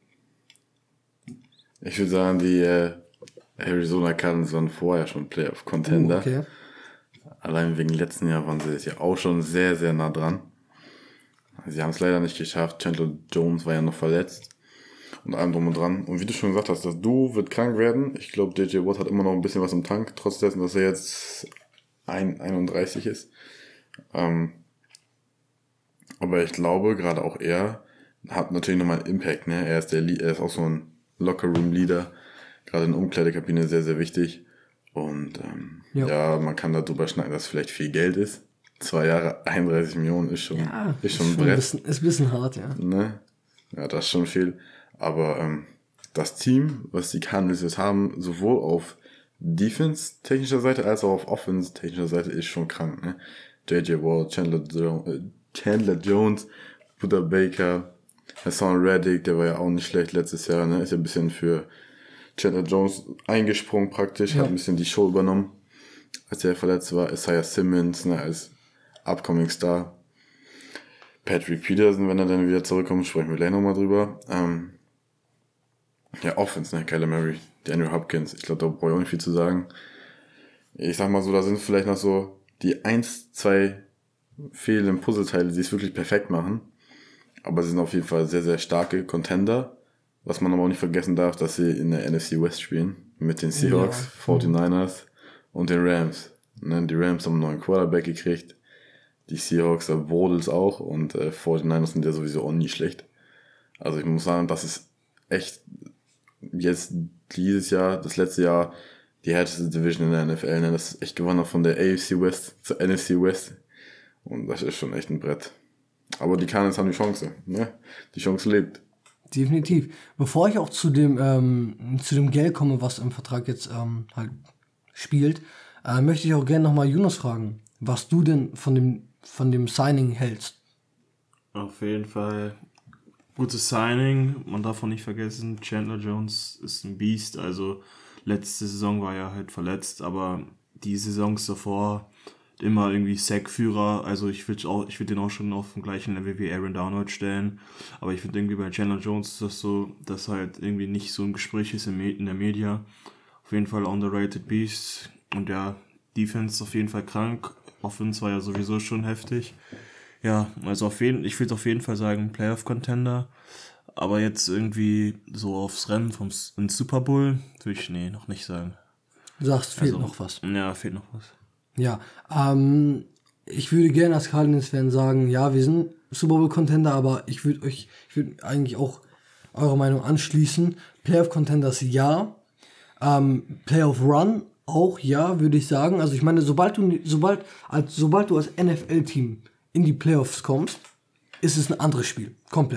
Ich würde sagen, die äh, Arizona Cardinals waren vorher schon Playoff-Contender. Uh, okay. Allein wegen letzten Jahr waren sie jetzt ja auch schon sehr, sehr nah dran. Sie haben es leider nicht geschafft. Chandler Jones war ja noch verletzt. Und allem drum und dran. Und wie du schon gesagt hast, das Duo wird krank werden. Ich glaube, J J Watt hat immer noch ein bisschen was im Tank, trotz dessen, dass er jetzt einunddreißig ist. Ähm, aber ich glaube, gerade auch er hat natürlich nochmal einen Impact. Ne? Er, ist der, er ist auch so ein Locker-Room-Leader. Gerade in der Umkleidekabine sehr, sehr wichtig. Und ähm, ja. ja, man kann darüber schneiden, dass es vielleicht viel Geld ist. Zwei Jahre, einunddreißig Millionen ist schon, ja, ist schon ein Brett. Brett. Bisschen, ist ein bisschen hart, ja. Ne? Ja, das ist schon viel. Aber ähm, das Team, was die Cardinals jetzt haben, sowohl auf Defense-technischer Seite als auch auf Offense-technischer Seite, ist schon krank. Ne? J J Watt, Chandler, jo- äh, Chandler Jones, Buda Baker, Hassan Reddick, der war ja auch nicht schlecht letztes Jahr. Ne? Ist ja ein bisschen für Chandler Jones eingesprungen praktisch, ja. Hat ein bisschen die Show übernommen, als er verletzt war. Isaiah Simmons, ne, als Upcoming Star. Patrick Peterson, wenn er dann wieder zurückkommt, sprechen wir gleich nochmal drüber. Ähm, ja, Offense, ne, Kyler Murray, Daniel Hopkins, ich glaube, da brauche ich auch nicht viel zu sagen. Ich sag mal so, da sind vielleicht noch so die eins, zwei fehlenden Puzzleteile, die es wirklich perfekt machen. Aber sie sind auf jeden Fall sehr, sehr starke Contender. Was man aber auch nicht vergessen darf, dass sie in der N F C West spielen. Mit den Seahawks, ja. forty-niners und den Rams. Ne, die Rams haben einen neuen Quarterback gekriegt. Die Seahawks, da Bortles auch. Und äh, forty-niners sind ja sowieso auch nie schlecht. Also ich muss sagen, das ist echt jetzt dieses Jahr, das letzte Jahr, die härteste Division in der N F L. Ne? Das ist echt gewandert von der A F C West zur N F C West. Und das ist schon echt ein Brett. Aber die Cardinals haben die Chance. Ne? Die Chance lebt. Definitiv. Bevor ich auch zu dem ähm, zu dem Geld komme, was im Vertrag jetzt ähm, halt spielt, äh, möchte ich auch gerne nochmal Jonas fragen, was du denn von dem von dem Signing hältst. Auf jeden Fall gutes Signing. Man darf auch nicht vergessen, Chandler Jones ist ein Biest. Also letzte Saison war er halt verletzt, aber die Saisons davor immer irgendwie Sackführer, also ich würde auch, ich würde den auch schon auf dem gleichen Level wie Aaron Donald stellen, aber ich finde irgendwie bei Chandler Jones ist das so, dass halt irgendwie nicht so ein Gespräch ist in der Media. Auf jeden Fall underrated Beast und ja, Defense ist auf jeden Fall krank, Offense war ja sowieso schon heftig. Ja, also auf jeden, ich würde auf jeden Fall sagen Playoff-Contender, aber jetzt irgendwie so aufs Rennen vom ins Super Bowl würde ich, nee, noch nicht sagen. Du sagst, fehlt also, noch was. Ja, fehlt noch was. Ja, ähm, ich würde gerne als Cardinals-Fan sagen, ja, wir sind Super Bowl-Contender, aber ich würde euch, ich würde eigentlich auch eure Meinung anschließen. Playoff-Contenders ja, ähm, Playoff-Run auch ja, würde ich sagen. Also ich meine, sobald du, sobald, als, sobald du als N F L-Team in die Playoffs kommst, ist es ein anderes Spiel, komplett.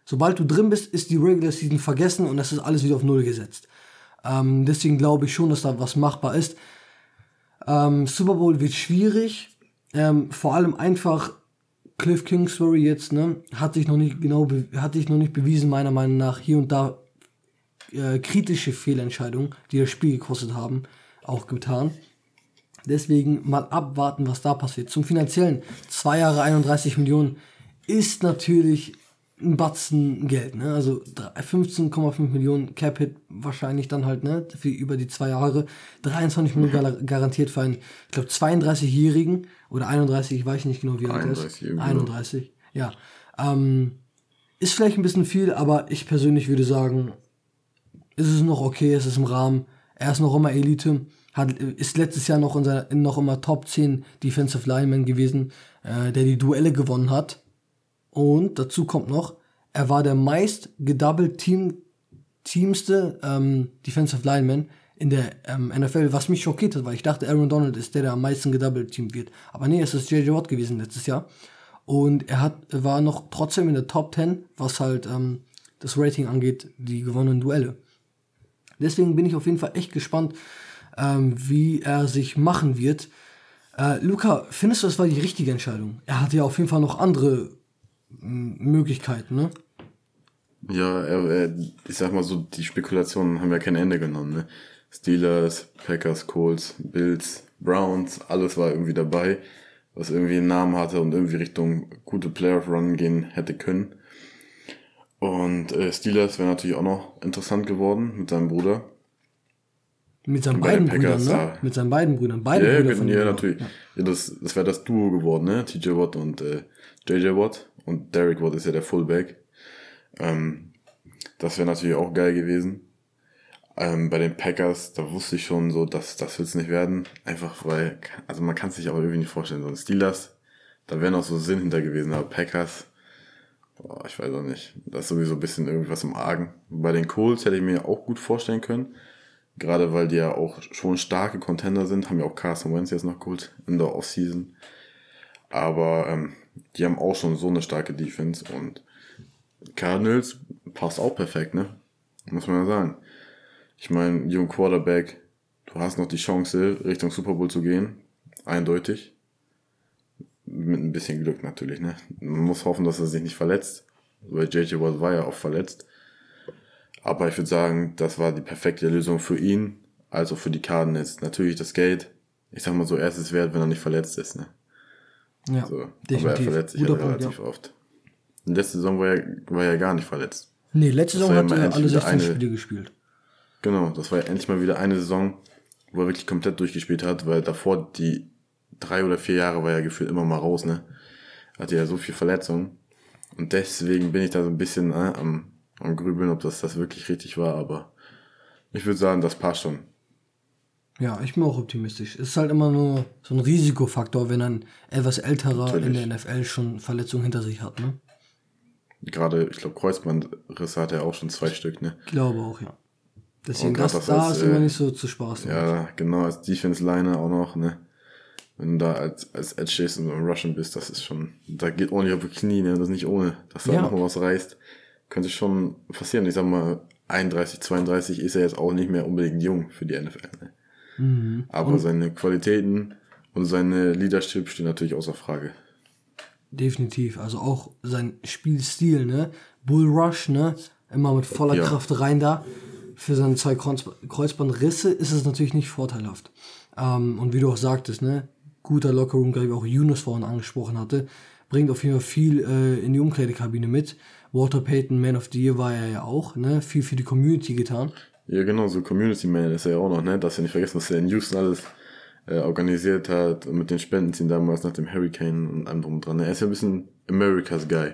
Sobald du drin bist, ist die Regular Season vergessen und das ist alles wieder auf Null gesetzt. Ähm, deswegen glaube ich schon, dass da was machbar ist. Ähm, Super Bowl wird schwierig. Ähm, vor allem einfach Cliff Kingsbury jetzt, ne, hat sich noch nicht genau, be- hat sich noch nicht bewiesen, meiner Meinung nach, hier und da äh, kritische Fehlentscheidungen, die das Spiel gekostet haben, auch getan. Deswegen mal abwarten, was da passiert. Zum Finanziellen, zwei Jahre einunddreißig Millionen ist natürlich ein Batzen Geld, ne? Also fünfzehn Komma fünf Millionen Cap-Hit wahrscheinlich dann halt, ne? Für über die zwei Jahre. dreiundzwanzig Millionen gar- garantiert für einen, ich glaube, zweiunddreißigjährigen oder einunddreißig, ich weiß nicht genau, wie alt er ist. einunddreißig, irgendwie. einunddreißig, ja. Ähm, ist vielleicht ein bisschen viel, aber ich persönlich würde sagen, ist es noch okay, es ist im Rahmen. Er ist noch immer Elite, hat, ist letztes Jahr noch, in seiner, noch immer Top zehn Defensive Lineman gewesen, äh, der die Duelle gewonnen hat. Und dazu kommt noch, er war der meist gedouble-teamste ähm, Defensive Lineman in der ähm, N F L, was mich schockiert hat, weil ich dachte, Aaron Donald ist der, der am meisten gedouble-teamt wird. Aber nee, es ist J J Watt gewesen letztes Jahr. Und er hat, war noch trotzdem in der Top zehn, was halt ähm, das Rating angeht, die gewonnenen Duelle. Deswegen bin ich auf jeden Fall echt gespannt, ähm, wie er sich machen wird. Äh, Luca, findest du, das war die richtige Entscheidung? Er hatte ja auf jeden Fall noch andere m- Möglichkeiten, ne? Ja, er, er, ich sag mal so, die Spekulationen haben ja kein Ende genommen, ne? Steelers, Packers, Colts, Bills, Browns, alles war irgendwie dabei, was irgendwie einen Namen hatte und irgendwie Richtung gute Playoff-Run gehen hätte können. Und äh, Steelers wäre natürlich auch noch interessant geworden mit seinem Bruder. Mit seinen Bei den beiden Brüdern, Packers, ne? ja. Mit seinen beiden Brüdern. Beide Ja, Brüder ja, von ja, ihm. natürlich. Ja, das das wäre das Duo geworden, ne? T J Watt und äh, J J Watt. Und Derek Watt ist ja der Fullback. Ähm, das wäre natürlich auch geil gewesen. Ähm, bei den Packers, da wusste ich schon so, dass das wird's nicht werden. Einfach weil, also man kann es sich auch irgendwie nicht vorstellen. So Steelers, da wäre noch so Sinn hinter gewesen. Aber Packers, boah, ich weiß auch nicht. Da ist sowieso ein bisschen irgendwas im Argen. Bei den Colts hätte ich mir auch gut vorstellen können. Gerade weil die ja auch schon starke Contender sind. Haben ja auch Carson Wentz jetzt noch geholt in der Offseason. Aber ähm, die haben auch schon so eine starke Defense. Und Cardinals passt auch perfekt, ne? Muss man ja sagen. Ich meine, jung Quarterback, du hast noch die Chance, Richtung Super Bowl zu gehen. Eindeutig. Mit ein bisschen Glück natürlich, ne? Man muss hoffen, dass er sich nicht verletzt. Weil J J Watt war ja auch verletzt. Aber ich würde sagen, das war die perfekte Lösung für ihn, also für die Cardinals. Natürlich das Geld, ich sag mal so, erst ist wert, wenn er nicht verletzt ist, ne? Ja, So. definitiv. Aber er verletzt sich Guter ja Punkt, relativ ja. oft. In letzter Saison war er, war er gar nicht verletzt. Nee, letzte Das Saison war ja hat mal er endlich alle wieder sechzehn eine- Spiele gespielt. Genau, das war ja endlich mal wieder eine Saison, wo er wirklich komplett durchgespielt hat, weil davor die drei oder vier Jahre war er gefühlt immer mal raus, ne? Hatte ja so viel Verletzungen. Und deswegen bin ich da so ein bisschen äh, am, am Grübeln, ob das, das wirklich richtig war, aber ich würde sagen, das passt schon. Ja, ich bin auch optimistisch. Es ist halt immer nur so ein Risikofaktor, wenn ein etwas älterer Natürlich. in der N F L schon Verletzungen hinter sich hat, ne? Gerade, ich glaube, Kreuzbandrisse hat er auch schon zwei Stück, ne? Ich glaube auch, ja. Deswegen, Und grad das, das da als, ist immer äh, nicht so zu spaßen. Ja, genau, als Defense-Liner auch noch, ne? Wenn du da als, als Edge stehst und im Rushen bist, das ist schon, da geht ordentlich auf die Knie, ne? Das ist nicht ohne, dass da Ja. noch mal was reißt. Könnte schon passieren. Ich sag mal, einunddreißig, zweiunddreißig ist er jetzt auch nicht mehr unbedingt jung für die N F L, ne? Mhm. Aber Und seine Qualitäten und seine Leadership stehen natürlich außer Frage. definitiv. Also auch sein Spielstil, ne? Bull Rush, ne? Immer mit voller Ja. Kraft rein da. Für seine zwei Kreuz- Kreuzbandrisse ist es natürlich nicht vorteilhaft. Ähm, und wie du auch sagtest, ne? Guter Lockerroom-Guy, wie auch Yunus vorhin angesprochen hatte, bringt auf jeden Fall viel äh, in die Umkleidekabine mit. Walter Payton, Man of the Year, war er ja auch, ne? Viel für die Community getan. Ja, genau, so Community Man ist er ja auch noch, ne? Darfst ja nicht vergessen, was er in Houston alles äh, organisiert hat und mit den Spendenziehen damals nach dem Hurricane und allem drum und dran. Er ist ja ein bisschen America's Guy.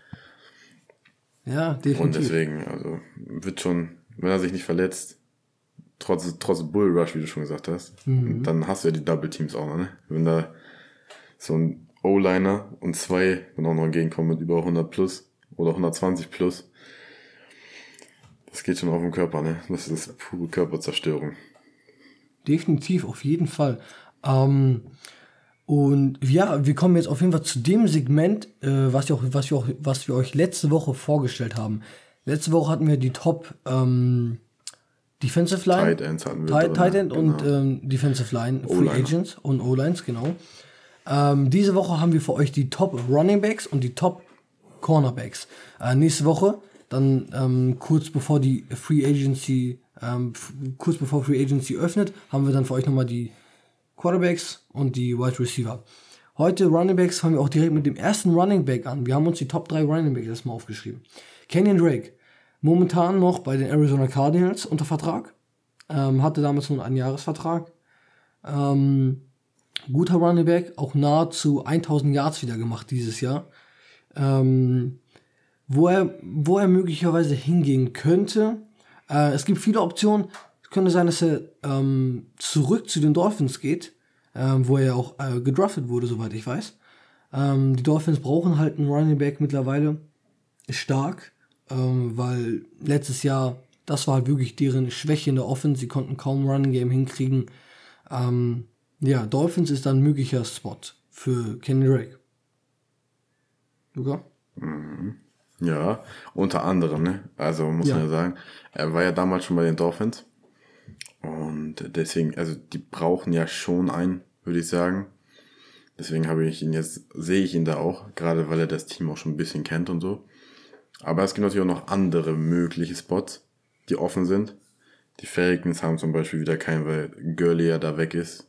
Ja, Und definitiv. deswegen, also, wird schon, wenn er sich nicht verletzt, trotz, trotz Bull Rush, wie du schon gesagt hast, dann hast du ja die Double Teams auch noch, ne? Wenn da so ein O-Liner und zwei dann auch noch entgegenkommen mit über hundert plus oder hundertzwanzig plus, das geht schon auf den Körper, ne? Das ist pure Körperzerstörung. Definitiv, auf jeden Fall. Ähm, Und ja, wir kommen jetzt auf jeden Fall zu dem Segment, äh, was, wir auch, was, wir auch, was wir euch letzte Woche vorgestellt haben. Letzte Woche hatten wir die Top ähm, Defensive Line, Tight Ends hatten wir Tight, drin, Tight End genau. und ähm, Defensive Line, Free O-Liner. Agents und O-Lines, genau. Ähm, diese Woche haben wir für euch die Top Running Backs und die Top Cornerbacks. Äh, nächste Woche, dann ähm, kurz bevor die Free Agency, ähm, f- kurz bevor Free Agency öffnet, haben wir dann für euch nochmal die Quarterbacks und die Wide Receiver. Heute Running Backs fangen wir auch direkt mit dem ersten Running Back an. Wir haben uns die Top drei Running Backs erstmal aufgeschrieben. Kenyon Drake, momentan noch bei den Arizona Cardinals unter Vertrag. Ähm, hatte damals nur einen Einjahresvertrag. Ähm, guter Running Back, auch nahezu tausend Yards wieder gemacht dieses Jahr. Ähm, wo, er, wo er möglicherweise hingehen könnte. Äh, es gibt viele Optionen. Es könnte sein, dass er ähm, zurück zu den Dolphins geht, ähm, wo er ja auch äh, gedraftet wurde, soweit ich weiß. Ähm, die Dolphins brauchen halt einen Running Back mittlerweile stark, ähm, weil letztes Jahr, das war halt wirklich deren Schwäche in der Offense. Sie konnten kaum Running Game hinkriegen. Ähm, ja, Dolphins ist dann ein möglicher Spot für Kenny Drake. Luca? Ja, unter anderem, ne? Also muss Ja. man ja sagen, er war ja damals schon bei den Dolphins. Und deswegen, also die brauchen ja schon einen, würde ich sagen. Deswegen habe ich ihn jetzt, sehe ich ihn da auch, gerade weil er das Team auch schon ein bisschen kennt und so. Aber es gibt natürlich auch noch andere mögliche Spots, die offen sind. Die Falcons haben zum Beispiel wieder keinen, weil Gurley ja da weg ist.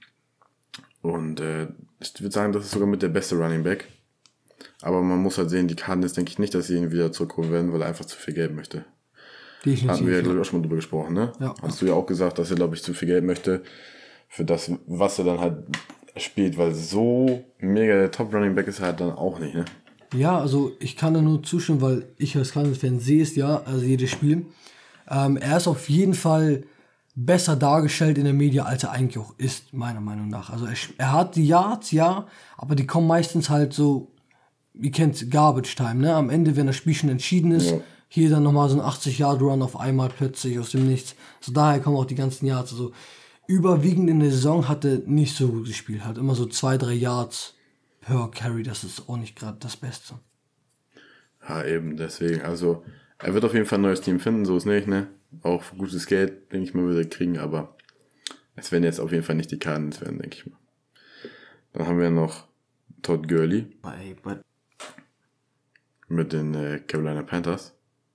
Und äh, ich würde sagen, das ist sogar mit der beste Running Back. Aber man muss halt sehen, die Cardinals denke ich nicht, dass sie ihn wieder zurückholen werden, weil er einfach zu viel Geld möchte. Definitiv. Hatten wir ja, glaube ich, auch schon mal drüber gesprochen, ne? Ja. Hast du ja auch gesagt, dass er, glaube ich, zu viel Geld möchte für das, was er dann halt spielt, weil so mega der Top-Running-Back ist er halt dann auch nicht, ne? Ja, also ich kann da nur zustimmen, weil ich als Cardinals-Fan sehe es ja, also jedes Spiel. Ähm, er ist auf jeden Fall besser dargestellt in der Media, als er eigentlich auch ist, meiner Meinung nach. Also er, er hat die Yards, ja, aber die kommen meistens halt so, ihr kennt Garbage Time, ne? Am Ende, wenn das Spiel schon entschieden ist, Ja. hier dann nochmal so ein achtzig-Yard-Run auf einmal plötzlich aus dem Nichts. Also daher kommen auch die ganzen Yards. Also überwiegend in der Saison hat er nicht so gut gespielt. Hat immer so zwei, drei Yards per Carry. Das ist auch nicht gerade das Beste. Ja, eben, deswegen. Also, er wird auf jeden Fall ein neues Team finden, so ist nicht, ne? Auch für gutes Geld, denke ich mal, wird er kriegen, aber es werden jetzt auf jeden Fall nicht die Cardinals werden, denke ich mal. Dann haben wir noch Todd Gurley Bei, bei, mit den äh, Carolina Panthers.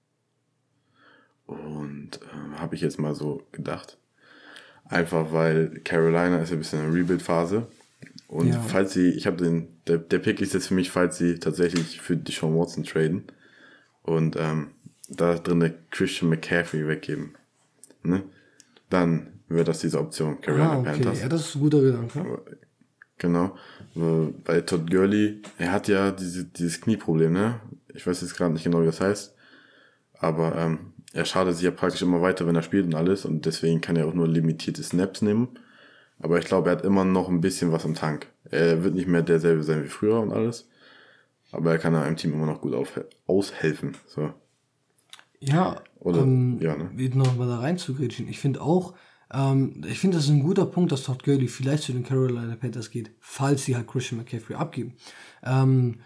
Und ähm, habe ich jetzt mal so gedacht. Einfach weil Carolina ist ja ein bisschen in der Rebuild-Phase. Und Ja. falls sie, ich habe den, der, der Pick ist jetzt für mich, falls sie tatsächlich für Deshaun Watson traden und ähm, da drin Christian McCaffrey weggeben, ne? Dann wäre das diese Option, Carolina Ah, okay. Panthers. Ja, das ist ein guter Gedanke. Genau. Weil Bei Todd Gurley, er hat ja diese, dieses Knieproblem, ne? Ich weiß jetzt gerade nicht genau, wie das heißt. Aber ähm, er schadet sich ja praktisch immer weiter, wenn er spielt und alles. Und deswegen kann er auch nur limitierte Snaps nehmen. Aber ich glaube, er hat immer noch ein bisschen was im Tank. Er wird nicht mehr derselbe sein wie früher und alles. Aber er kann einem Team immer noch gut aufhe- aushelfen. So. Ja, Oder, ähm, ja, ne? wieder noch mal da reinzugrätschen. Ich finde auch, ähm, ich finde, das ist ein guter Punkt, dass Todd Gurley vielleicht zu den Carolina Panthers geht, falls sie halt Christian McCaffrey abgeben. Ähm,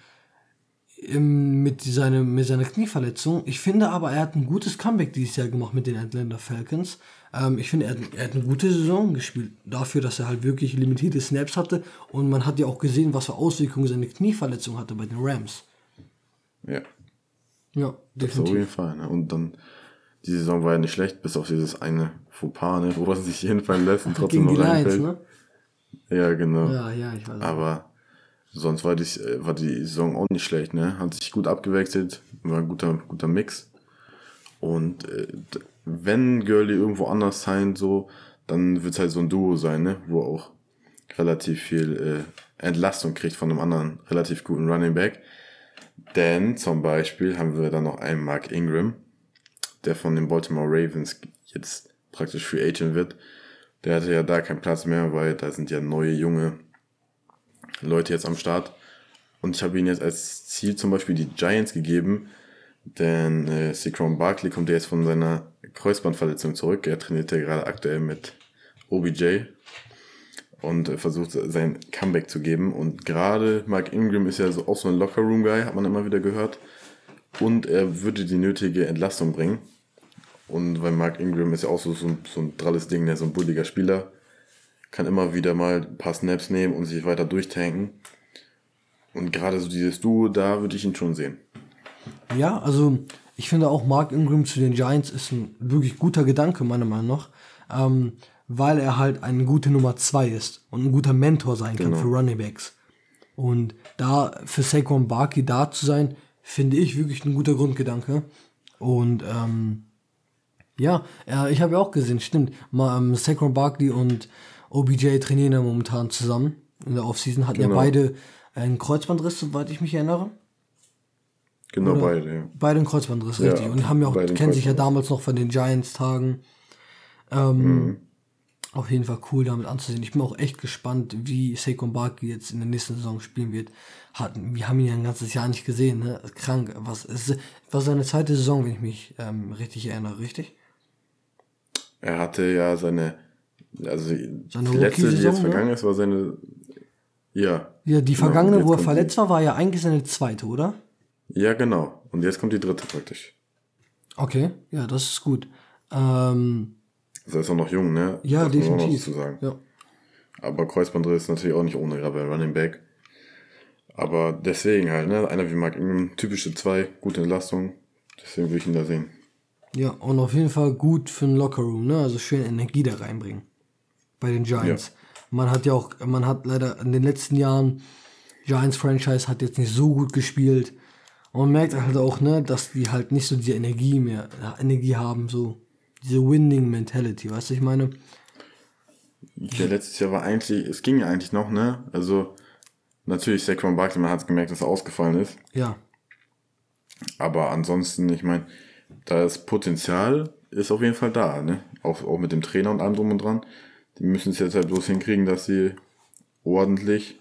im, mit, seine, mit seiner Knieverletzung. Ich finde aber, er hat ein gutes Comeback dieses Jahr gemacht mit den Atlanta Falcons. Ähm, ich finde, er hat, er hat eine gute Saison gespielt. Dafür, dass er halt wirklich limitierte Snaps hatte. Und man hat ja auch gesehen, was für Auswirkungen seine Knieverletzung hatte bei den Rams. Ja. Ja, Das auf jeden Fall. Ne? Und dann, die Saison war ja nicht schlecht, bis auf dieses eine Fauxpas, ne? Wo er sich hinfallen lässt und trotzdem Gegen die noch Lions, reinfällt. ne? Ja, genau. Ja, ja, ich weiß. Aber sonst war die, war die Saison auch nicht schlecht, ne? Hat sich gut abgewechselt, war ein guter, guter Mix. Und äh, d- wenn Gurley irgendwo anders sein, so, dann wird es halt so ein Duo sein, ne? Wo auch relativ viel äh, Entlastung kriegt von einem anderen relativ guten Running Back. Denn zum Beispiel haben wir dann noch einen Mark Ingram, der von den Baltimore Ravens jetzt praktisch Free Agent wird. Der hatte ja da keinen Platz mehr, weil da sind ja neue, junge Leute jetzt am Start. Und ich habe ihnen jetzt als Ziel zum Beispiel die Giants gegeben, denn äh, Saquon Barkley kommt ja jetzt von seiner Kreuzbandverletzung zurück. Er trainiert ja gerade aktuell mit O B J. und äh, versucht sein Comeback zu geben. Und gerade Mark Ingram ist ja so, auch so ein Locker-Room-Guy, hat man immer wieder gehört. Und er würde die nötige Entlastung bringen. Und weil Mark Ingram ist ja auch so, so, ein, so ein dralles Ding, der so ein bulliger Spieler, kann immer wieder mal ein paar Snaps nehmen und sich weiter durchtanken. Und gerade so dieses Duo, da würde ich ihn schon sehen. Ja, also ich finde auch Mark Ingram zu den Giants ist ein wirklich guter Gedanke, meiner Meinung nach. Ähm, weil er halt eine gute Nummer zwei ist und ein guter Mentor sein kann Genau. für Running Backs. Und da für Saquon Barkley da zu sein, finde ich wirklich ein guter Grundgedanke. Und ähm, ja, äh, ich habe ja auch gesehen, stimmt, mal, ähm, Saquon Barkley und O B J trainieren ja momentan zusammen in der Offseason, hatten Genau. ja beide einen Kreuzbandriss, soweit ich mich erinnere. Genau, Oder? beide, ja. Beide einen Kreuzbandriss, Ja, richtig. Und haben ja auch, beide einen kennen sich ja Kreuzbandriss. damals noch von den Giants-Tagen. Ähm, Auf jeden Fall cool, damit anzusehen. Ich bin auch echt gespannt, wie Saquon Barkley jetzt in der nächsten Saison spielen wird. Hatten, wir haben ihn ja ein ganzes Jahr nicht gesehen, ne? Krank. Was ist, war seine zweite Saison, wenn ich mich ähm, richtig erinnere, richtig? Er hatte ja seine, also Seine die letzte, die Rookie-Saison, jetzt ne? vergangen ist, war seine, ja. Ja, die Genau, vergangene, und jetzt wo er kommt verletzt war, war ja eigentlich seine zweite, oder? Die, ja, genau. Und jetzt kommt die dritte praktisch. Okay, ja, das ist gut. Ähm, Also er ist auch noch jung, ne? ja, Darf man auch noch definitiv. dazu sagen. Ja. Aber Kreuzbandriss ist natürlich auch nicht ohne, gerade bei Running Back. Aber deswegen halt, ne? Einer wie Mark Ingram, typische zwei, gute Entlastung. Deswegen würde ich ihn da sehen. Ja, und auf jeden Fall gut für den Lockerroom, ne? Also schön Energie da reinbringen. Bei den Giants. Man hat ja auch, man hat leider in den letzten Jahren, Giants-Franchise hat jetzt nicht so gut gespielt. Und man merkt halt auch, ne, dass die halt nicht so diese Energie mehr, Energie haben, so diese Winning-Mentality, weißt du, ich meine? Ja, letztes Jahr war eigentlich, es ging ja eigentlich noch, ne? Also, natürlich Saquon Barkley, man hat gemerkt, dass er ausgefallen ist. Ja, Aber ansonsten, ich meine, das Potenzial ist auf jeden Fall da, ne? Auch, auch mit dem Trainer und allem drum und dran. Die müssen es jetzt halt bloß hinkriegen, dass sie ordentlich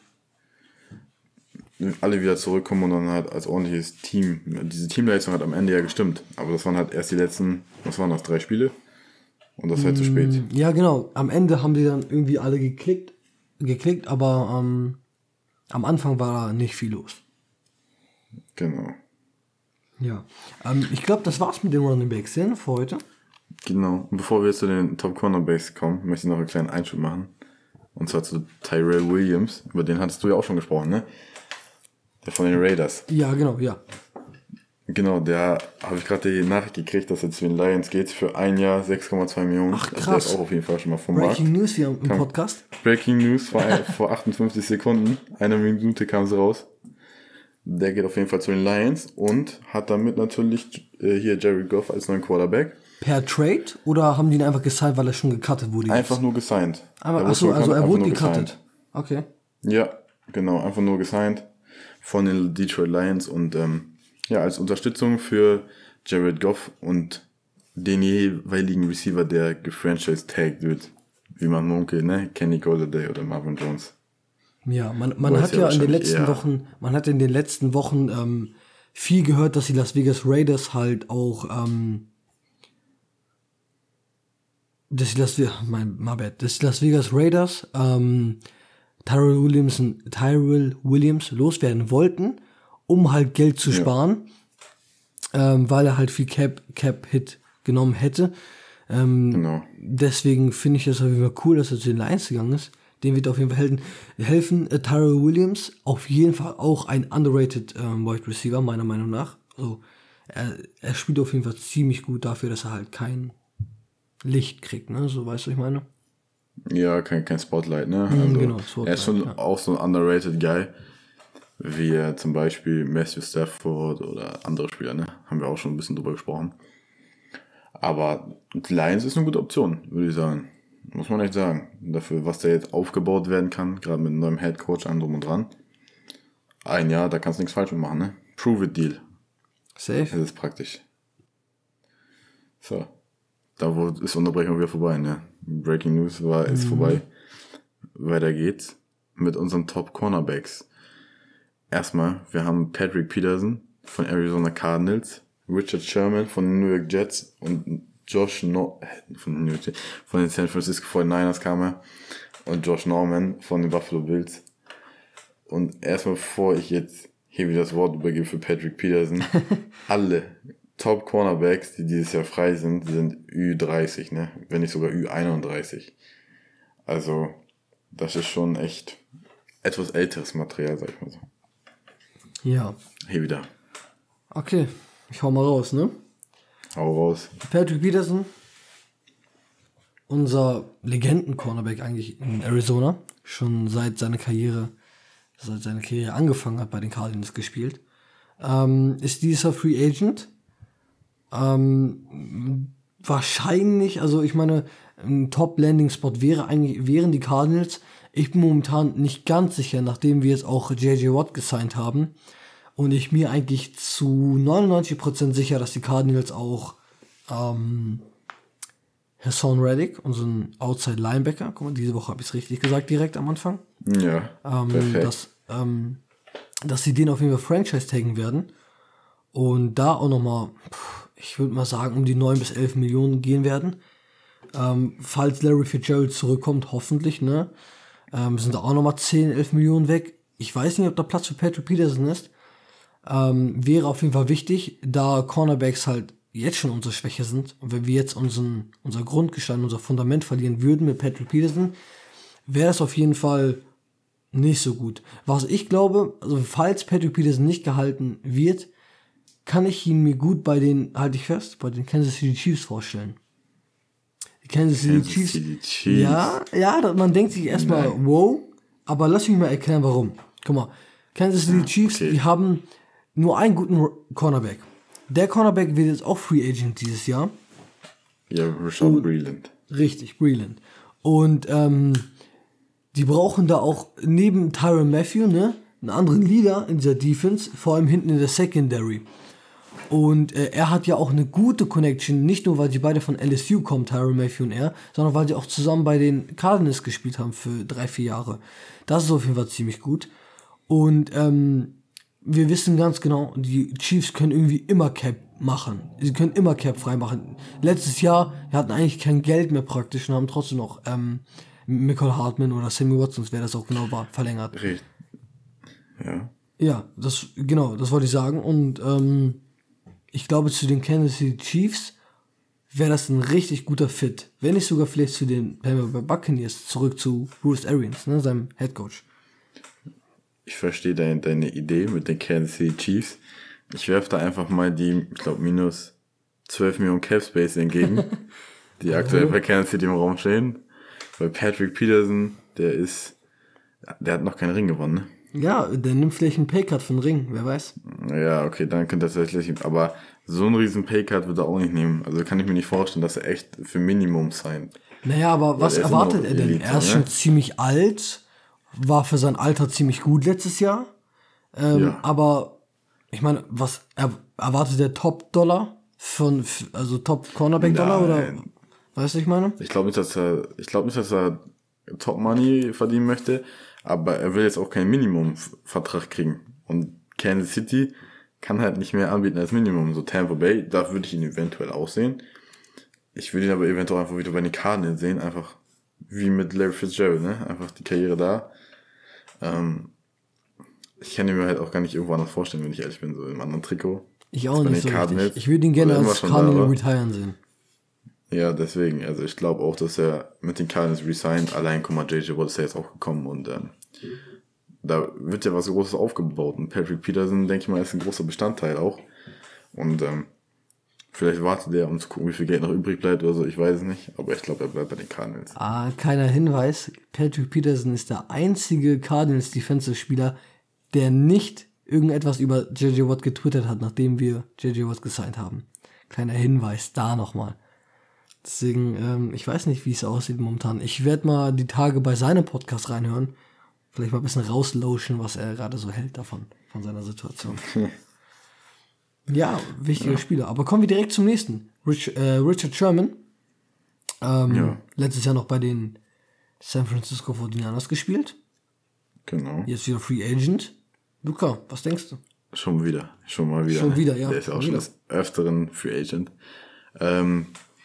alle wieder zurückkommen und dann halt als ordentliches Team. Diese Teamleistung hat am Ende ja gestimmt. Aber das waren halt erst die letzten, was waren das, drei Spiele? Und das ist halt zu spät. ja genau. Am Ende haben die dann irgendwie alle geklickt, geklickt, aber ähm, am Anfang war da nicht viel los. Genau. Ja, ähm, ich glaube, das war's mit den Running Backs denn für heute. Genau. Und bevor wir jetzt zu den Top Cornerbacks kommen, möchte ich noch einen kleinen Einschub machen. Und zwar zu Tyrell Williams. Über den hattest du ja auch schon gesprochen, ne? Der von den Raiders. Ja, genau, ja. Genau, der habe ich gerade die Nachricht gekriegt, dass er zu den Lions geht für ein Jahr sechs Komma zwei Millionen. Ach, Also der krass. ist auch auf jeden Fall schon mal vom Markt. Breaking News hier im Kam- Podcast. Breaking News vor, vor achtundfünfzig Sekunden. Eine Minute kam es raus. Der geht auf jeden Fall zu den Lions und hat damit natürlich äh, hier Jared Goff als neuen Quarterback. Per Trade oder haben die ihn einfach gesigned, weil er schon gecuttet wurde? jetzt? Einfach nur gesigned. Aber, Er wurde achso, schon also er einfach wurde nur gecuttet. Okay. Ja, genau, einfach nur gesigned von den Detroit Lions und ähm, ja, als Unterstützung für Jared Goff und den jeweiligen Receiver, der gefranchise-tagged wird, wie man munkelt, ne? Kenny Golladay oder Marvin Jones. Ja, man, man Weiß hat ja ja in den wahrscheinlich letzten eher. Wochen, man hat in den letzten Wochen ähm, viel gehört, dass die Las Vegas Raiders halt auch, ähm, dass die Las, mein, my bad, dass die Las Vegas Raiders ähm, Tyrell Williams, Tyrell Williams loswerden wollten, um halt Geld zu Ja. sparen, ähm, weil er halt viel Cap, Cap Hit genommen hätte. Ähm, Genau. Deswegen finde ich es auf jeden Fall cool, dass er zu den Lions gegangen ist. Dem wird auf jeden Fall helfen. helfen. Äh, Tyrell Williams, auf jeden Fall auch ein underrated ähm, Wide Receiver, meiner Meinung nach. Also, er, er spielt auf jeden Fall ziemlich gut dafür, dass er halt kein Licht kriegt, ne? So, weißt du, ich meine? Ja, kein, kein Spotlight, ne? Also, genau, Spotlight, er ist schon ja. auch so ein underrated Guy, wie äh, zum Beispiel Matthew Stafford oder andere Spieler, ne? Haben wir auch schon ein bisschen drüber gesprochen. Aber die Lions ist eine gute Option, würde ich sagen. Muss man echt sagen. Dafür, was da jetzt aufgebaut werden kann, gerade mit einem neuen Headcoach, allem drum und dran. Ein Jahr, da kannst du nichts falsch mit machen, ne? Prove it Deal. Safe. Das ist praktisch. So. Da wo ist Unterbrechung wieder vorbei, ne? Breaking News war, ist vorbei. Weiter geht's mit unseren Top Cornerbacks. Erstmal, wir haben Patrick Peterson von Arizona Cardinals, Richard Sherman von den New York Jets und Josh no von, von den San Francisco forty-niners kam er und Josh Norman von den Buffalo Bills. Und erstmal, bevor ich jetzt hier wieder das Wort übergebe für Patrick Peterson, alle Top-Cornerbacks, die dieses Jahr frei sind, sind Ü dreißig, ne? Wenn nicht sogar Ü einunddreißig. Also, das ist schon echt etwas älteres Material, sag ich mal so. Ja. Hier wieder. Okay, ich hau mal raus, ne? Hau raus. Patrick Peterson, unser Legenden-Cornerback eigentlich in Arizona, schon seit seiner Karriere, seit seine Karriere angefangen hat, bei den Cardinals gespielt, ähm, ist dieser Free Agent. Ähm, wahrscheinlich, also ich meine, ein Top-Landing-Spot wäre eigentlich, wären die Cardinals. Ich bin momentan nicht ganz sicher, nachdem wir jetzt auch J J Watt gesigned haben. Und ich mir eigentlich zu neunundneunzig Prozent sicher, dass die Cardinals auch ähm, Hassan Reddick, unseren Outside Linebacker, guck mal, diese Woche habe ich es richtig gesagt, direkt am Anfang. Ja, ähm, perfekt. Dass, ähm, dass sie den auf jeden Fall Franchise taggen werden. Und da auch nochmal, ich würde mal sagen, um die neun bis elf Millionen gehen werden. Ähm, falls Larry Fitzgerald zurückkommt, hoffentlich, ne? Ähm, sind da auch nochmal zehn, elf Millionen weg. Ich weiß nicht, ob da Platz für Patrick Peterson ist. Ähm, wäre auf jeden Fall wichtig, da Cornerbacks halt jetzt schon unsere Schwäche sind. Und wenn wir jetzt unseren, unser Grundgestein, unser Fundament verlieren würden mit Patrick Peterson, wäre das auf jeden Fall nicht so gut. Was ich glaube, also falls Patrick Peterson nicht gehalten wird, kann ich ihn mir gut bei den, halte ich fest, bei den Kansas City Chiefs vorstellen. Die Kansas City Kansas Chiefs. City Chiefs. Ja, ja, da- man denkt sich erstmal, wow, aber lass mich mal erklären, warum. Guck mal, Kansas City Chiefs, okay. die haben nur einen guten R- Cornerback. Der Cornerback wird jetzt auch Free Agent dieses Jahr. Ja, Rashad Breeland. Richtig, Breeland. Und ähm, die brauchen da auch neben Tyrann Mathieu, ne, einen anderen Leader in dieser Defense, vor allem hinten in der Secondary. Und äh, er hat ja auch eine gute Connection, nicht nur, weil sie beide von L S U kommen, Tyrann Mathieu und er, sondern weil sie auch zusammen bei den Cardinals gespielt haben für drei, vier Jahre. Das ist auf jeden Fall ziemlich gut. Und ähm, wir wissen ganz genau, die Chiefs können irgendwie immer Cap machen. Sie können immer Cap frei machen. Letztes Jahr, wir hatten eigentlich kein Geld mehr praktisch und haben trotzdem noch ähm, Michael Hartman oder Sammy Watkins, wer das auch genau war, verlängert. Richtig. Ja. Ja, das, genau, das wollte ich sagen. Und ähm, ich glaube, zu den Kansas City Chiefs wäre das ein richtig guter Fit. Wenn nicht sogar vielleicht zu den Tampa Bay Buccaneers, zurück zu Bruce Arians, ne, seinem Head Coach. Ich verstehe deine, deine Idee mit den Kansas City Chiefs. Ich werfe da einfach mal die, ich glaube, minus zwölf Millionen Cap Space entgegen, die aktuell bei Kansas City im Raum stehen. Weil Patrick Peterson, der ist, der hat noch keinen Ring gewonnen, ne? Ja, der nimmt vielleicht einen Paycut für den Ring, wer weiß. Ja, okay, dann könnte er tatsächlich, aber so einen riesen Paycut wird er auch nicht nehmen. Also kann ich mir nicht vorstellen, dass er echt für Minimum sein. Naja, aber was er ist erwartet immer er noch denn? Elite, Er ist ne? schon ziemlich alt, war für sein Alter ziemlich gut letztes Jahr. Ähm, Ja. Aber ich meine, was er, erwartet der Top-Dollar von, also Top-Cornerback-Dollar oder? Nein. Weißt du, ich meine? Ich glaube nicht, dass er, ich glaube nicht, dass er Top Money verdienen möchte, aber er will jetzt auch keinen Minimum-Vertrag kriegen. Und Kansas City kann halt nicht mehr anbieten als Minimum. So Tampa Bay, da würde ich ihn eventuell auch sehen. Ich würde ihn aber eventuell einfach wieder bei den Cardinals sehen, einfach wie mit Larry Fitzgerald, ne? Einfach die Karriere da. Ähm, ich kann ihn mir halt auch gar nicht irgendwo anders vorstellen, wenn ich ehrlich bin, so im anderen Trikot. Ich auch Bei nicht den so Cardinals, richtig. Ich würde ihn gerne wo er immer als schon da Cardinal war. retiren sehen. Ja, deswegen, also ich glaube auch, dass er mit den Cardinals resigned. Allein, guck mal, J J Watt ist ja jetzt auch gekommen und ähm, da wird ja was Großes aufgebaut. Und Patrick Peterson, denke ich mal, ist ein großer Bestandteil auch. Und ähm, vielleicht wartet er, um zu gucken, wie viel Geld noch übrig bleibt oder so, ich weiß es nicht. Aber ich glaube, er bleibt bei den Cardinals. Ah, kleiner Hinweis, Patrick Peterson ist der einzige Cardinals Defensive Spieler, der nicht irgendetwas über J J Watt getwittert hat, nachdem wir J J Watt gesigned haben. Kleiner Hinweis da nochmal. Deswegen, ähm, ich weiß nicht, wie es aussieht momentan. Ich werde mal die Tage bei seinem Podcast reinhören. Vielleicht mal ein bisschen rausloschen, was er gerade so hält davon, von seiner Situation. Ja, wichtiger ja. Spieler. Aber kommen wir direkt zum nächsten. Rich, äh, Richard Sherman. Ähm, Ja. Letztes Jahr noch bei den San Francisco forty-niners gespielt. Genau. Jetzt wieder Free Agent. Luca, was denkst du? Schon wieder. Schon mal wieder. Schon ne? wieder, ja. Der ist ja auch Wieder. schon des Öfteren Free Agent. Ähm,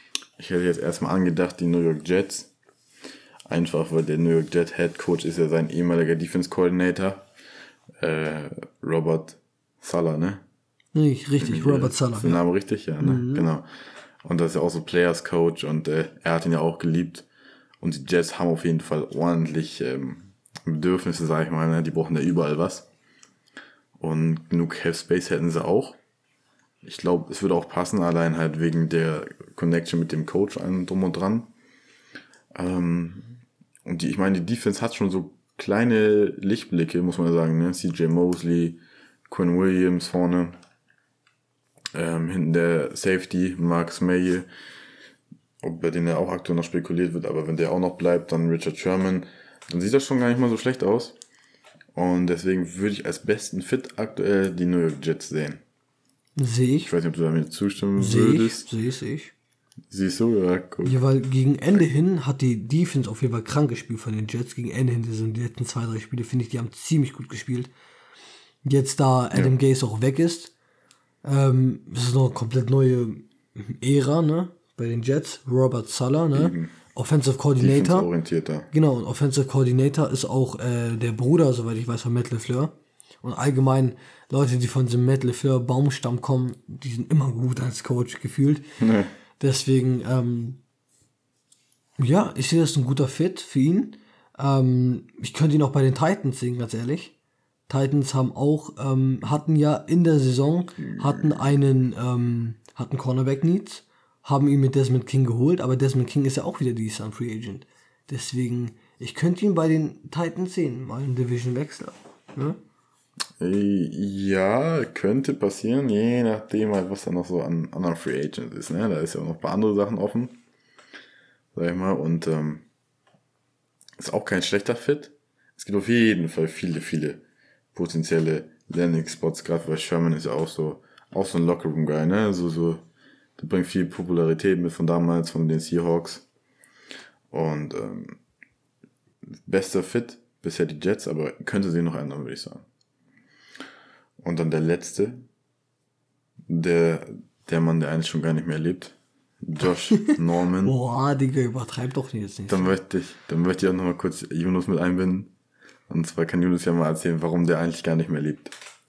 Ich hätte jetzt erstmal angedacht, die New York Jets. Einfach, weil der New York Jet Head Coach ist ja sein ehemaliger Defense Coordinator. Äh, Robert Saleh, ne? Nicht richtig, Robert Saleh. Ist der Name richtig? Ja, ne? Mhm. Genau. Und das ist ja auch so Players Coach und äh, er hat ihn ja auch geliebt. Und die Jets haben auf jeden Fall ordentlich ähm, Bedürfnisse, sag ich mal, ne? Die brauchen ja überall was. Und genug Cap Space hätten sie auch. Ich glaube, es würde auch passen, allein halt wegen der Connection mit dem Coach allem drum und dran. Ähm, und die, ich meine, die Defense hat schon so kleine Lichtblicke, muss man sagen, ne? C J Mosley, Quinn Williams vorne. Ähm, hinten der Safety, Marcus Maye, ob bei denen ja auch aktuell noch spekuliert wird, aber wenn der auch noch bleibt, dann Richard Sherman, dann sieht das schon gar nicht mal so schlecht aus. Und deswegen würde ich als besten Fit aktuell die New York Jets sehen. Sehe ich. Ich weiß nicht, ob du damit zustimmen Sehe würdest. ich, sehe ich, sehe ich. Siehst du? Ja, cool. Ja, weil gegen Ende hin hat die Defense auf jeden Fall krank gespielt von den Jets. Gegen Ende hin, die sind die letzten zwei, drei Spiele, finde ich, die haben ziemlich gut gespielt. Jetzt, da Adam ja. Gase auch weg ist, ähm, das ist noch eine komplett neue Ära, ne? Bei den Jets. Robert Saleh, ne? Eben. Offensive Coordinator. Defense-orientierter. Genau, und Offensive Coordinator ist auch äh, der Bruder, soweit ich weiß, von Matt LaFleur. Und allgemein, Leute, die von diesem Matt LaFleur Baumstamm kommen, die sind immer gut als Coach gefühlt. Nee. Deswegen, ähm, ja, ich sehe das ein guter Fit für ihn. Ähm, ich könnte ihn auch bei den Titans sehen, ganz ehrlich. Titans haben auch, ähm, hatten ja in der Saison, hatten einen, ähm, hatten Cornerback Needs, haben ihn mit Desmond King geholt, aber Desmond King ist ja auch wieder dieses Jahr ein Free Agent. Deswegen, ich könnte ihn bei den Titans sehen, mal einen Division-Wechsel. Ne? Ja, könnte passieren, je nachdem halt, was da noch so an anderen Free Agents ist. Ne? Da ist ja auch noch ein paar andere Sachen offen, sag ich mal, und ähm, ist auch kein schlechter Fit. Es gibt auf jeden Fall viele, viele potenzielle Landing-Spots, gerade weil Sherman ist ja auch so, auch so ein Lockerroom-Guy, ne? So, so, der bringt viel Popularität mit von damals, von den Seahawks. Und ähm, bester Fit bisher die Jets, aber könnte sich noch ändern, würde ich sagen. Und dann der letzte, der, der Mann, der eigentlich schon gar nicht mehr lebt, Josh Norman. Boah, Digga, übertreib doch jetzt nicht. Dann möchte ich, dann möchte ich auch nochmal kurz Yunus mit einbinden. Und zwar kann Yunus ja mal erzählen, warum der eigentlich gar nicht mehr lebt.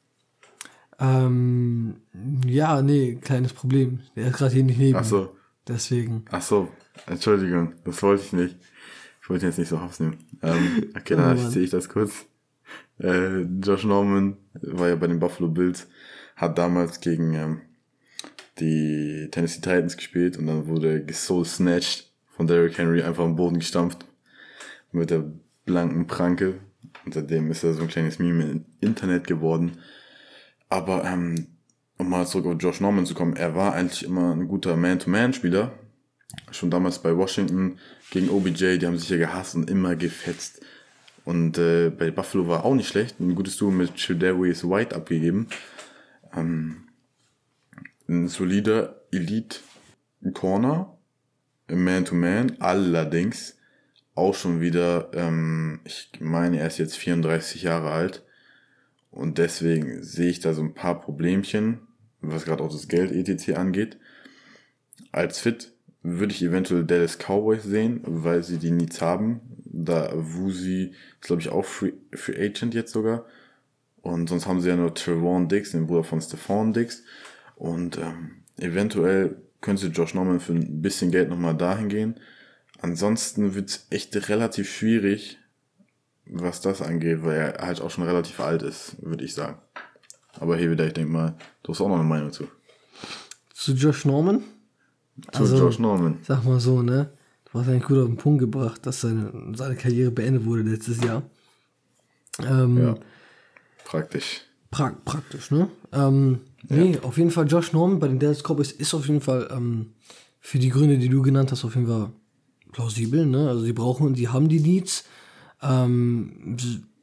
Ähm, ja, nee, kleines Problem. Der ist gerade hier nicht neben. Ach so. Deswegen. Ach so, Entschuldigung, das wollte ich nicht. Ich wollte ihn jetzt nicht so aufnehmen. Ähm, okay, dann oh, erzähle ich das kurz. Äh, Josh Norman war ja bei den Buffalo Bills, hat damals gegen ähm, die Tennessee Titans gespielt und dann wurde gesoul snatched von Derrick Henry, einfach am Boden gestampft mit der blanken Pranke. Und seitdem ist er so ein kleines Meme im Internet geworden. Aber ähm, um mal zurück auf Josh Norman zu kommen, er war eigentlich immer ein guter Man-to-Man-Spieler. Schon damals bei Washington gegen O B J, die haben sich ja gehasst und immer gefetzt. Und äh, bei Buffalo war auch nicht schlecht. Ein gutes Duo mit Tre'Davious White abgegeben. Ähm, ein solider Elite-Corner im Man-to-Man. Allerdings auch schon wieder, ähm, ich meine, er ist jetzt vierunddreißig Jahre alt. Und deswegen sehe ich da so ein paar Problemchen, was gerade auch das Geld et cetera angeht. Als Fit würde ich eventuell Dallas Cowboys sehen, weil sie die Needs haben. Da Wusi ist, glaube ich, auch Free, Free Agent jetzt sogar. Und sonst haben sie ja nur Trevon Diggs, den Bruder von Stephon Diggs. Und ähm, eventuell könnte Josh Norman für ein bisschen Geld nochmal dahin gehen. Ansonsten wird es echt relativ schwierig, was das angeht, weil er halt auch schon relativ alt ist, würde ich sagen. Aber hier wieder, ich denke mal, du hast auch noch eine Meinung zu. Zu Josh Norman? Zu also, Josh Norman. Sag mal so, ne? Du hast eigentlich gut auf den Punkt gebracht, dass seine, seine Karriere beendet wurde letztes Jahr. Ähm, ja, praktisch. Pra- praktisch, ne? Ähm, ja. Nee, auf jeden Fall Josh Norman bei den Dallas Cowboys ist auf jeden Fall ähm, für die Gründe, die du genannt hast, auf jeden Fall plausibel, ne? Also die brauchen, die haben die Needs. Ähm,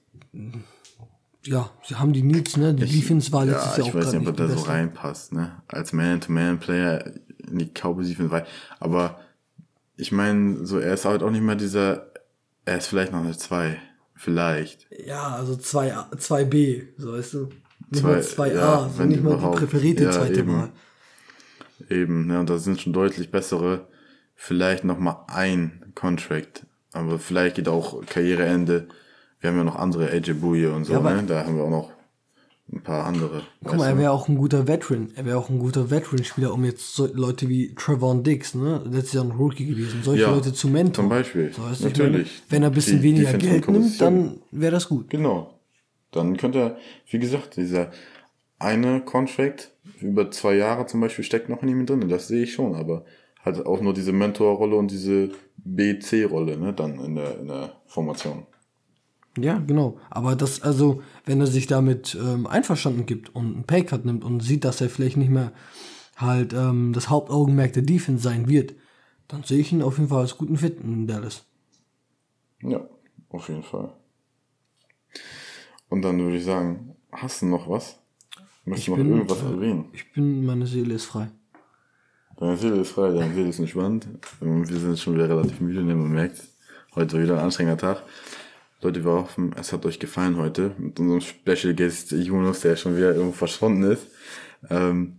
ja, sie haben die Needs, ne? Die ich, Defense war letztes ja, Jahr auch ich weiß nicht, ob er da so reinpasst, ne? Als Man-to-Man-Player in die Cowboys Defense, aber ich meine, so er ist halt auch nicht mehr dieser, er ist vielleicht noch eine zwei, vielleicht. Ja, also zwei B, so weißt du. Nicht mal zwei A, ja, so nicht mal die präferierte ja, zweite eben, Wahl. Eben, ne? Und da sind schon deutlich bessere vielleicht nochmal ein Contract. Aber vielleicht geht auch Karriereende. Wir haben ja noch andere, A J Bouye und so, Ja, ne? Da haben wir auch noch ein paar andere. Guck mal, er wäre auch ein guter Veteran. Er wäre auch ein guter Veteran-Spieler, um jetzt so Leute wie Trevon Diggs, ne? Letztes Jahr ein Rookie gewesen, solche Ja, Leute zu mentoren. zum Beispiel. So, weißt du, ich Natürlich. meine, wenn er ein bisschen Die weniger Defensive Geld nimmt, Komposition. dann wäre das gut. Genau. Dann könnte er, wie gesagt, dieser eine Contract über zwei Jahre zum Beispiel steckt noch in ihm drin. Das sehe ich schon, aber halt auch nur diese Mentorrolle und diese B C-Rolle, ne, dann in der, in der Formation. Ja, genau. Aber das, also, wenn er sich damit ähm, einverstanden gibt und einen Paycut nimmt und sieht, dass er vielleicht nicht mehr halt ähm, das Hauptaugenmerk der Defense sein wird, dann sehe ich ihn auf jeden Fall als guten Fit in Dallas. Ja, auf jeden Fall. Und dann würde ich sagen, hast du noch was? Möchtest du noch bin, irgendwas äh, erwähnen? Ich bin, meine Seele ist frei. Deine Seele ist frei, deine Seele ist entspannt. Wir sind schon wieder relativ müde, ne, man merkt. Heute war wieder ein anstrengender Tag. Leute, wir hoffen, es hat euch gefallen heute mit unserem Special Guest Jonas, der schon wieder irgendwo verschwunden ist. Ähm,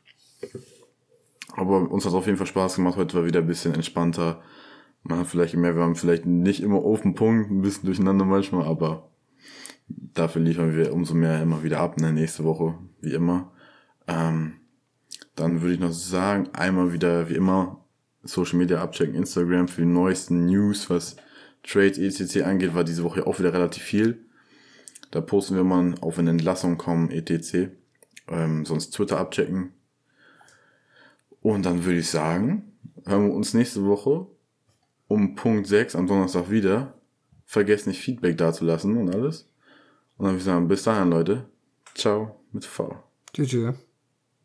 aber uns hat es auf jeden Fall Spaß gemacht. Heute war wieder ein bisschen entspannter. Man hat vielleicht mehr, wir haben vielleicht nicht immer auf den Punkt, ein bisschen durcheinander manchmal, aber dafür liefern wir umso mehr immer wieder ab, ne, nächste Woche, wie immer. Ähm, dann würde ich noch sagen, einmal wieder, wie immer, Social Media abchecken, Instagram für die neuesten News, was Trades et cetera angeht, war diese Woche auch wieder relativ viel. Da posten wir mal auf eine Entlassung kommen, et cetera. Ähm, sonst Twitter abchecken. Und dann würde ich sagen, hören wir uns nächste Woche um Punkt sechs am Donnerstag wieder. Vergesst nicht, Feedback dazulassen und alles. Und dann würde ich sagen, bis dahin, Leute. Ciao mit V. Tschüss.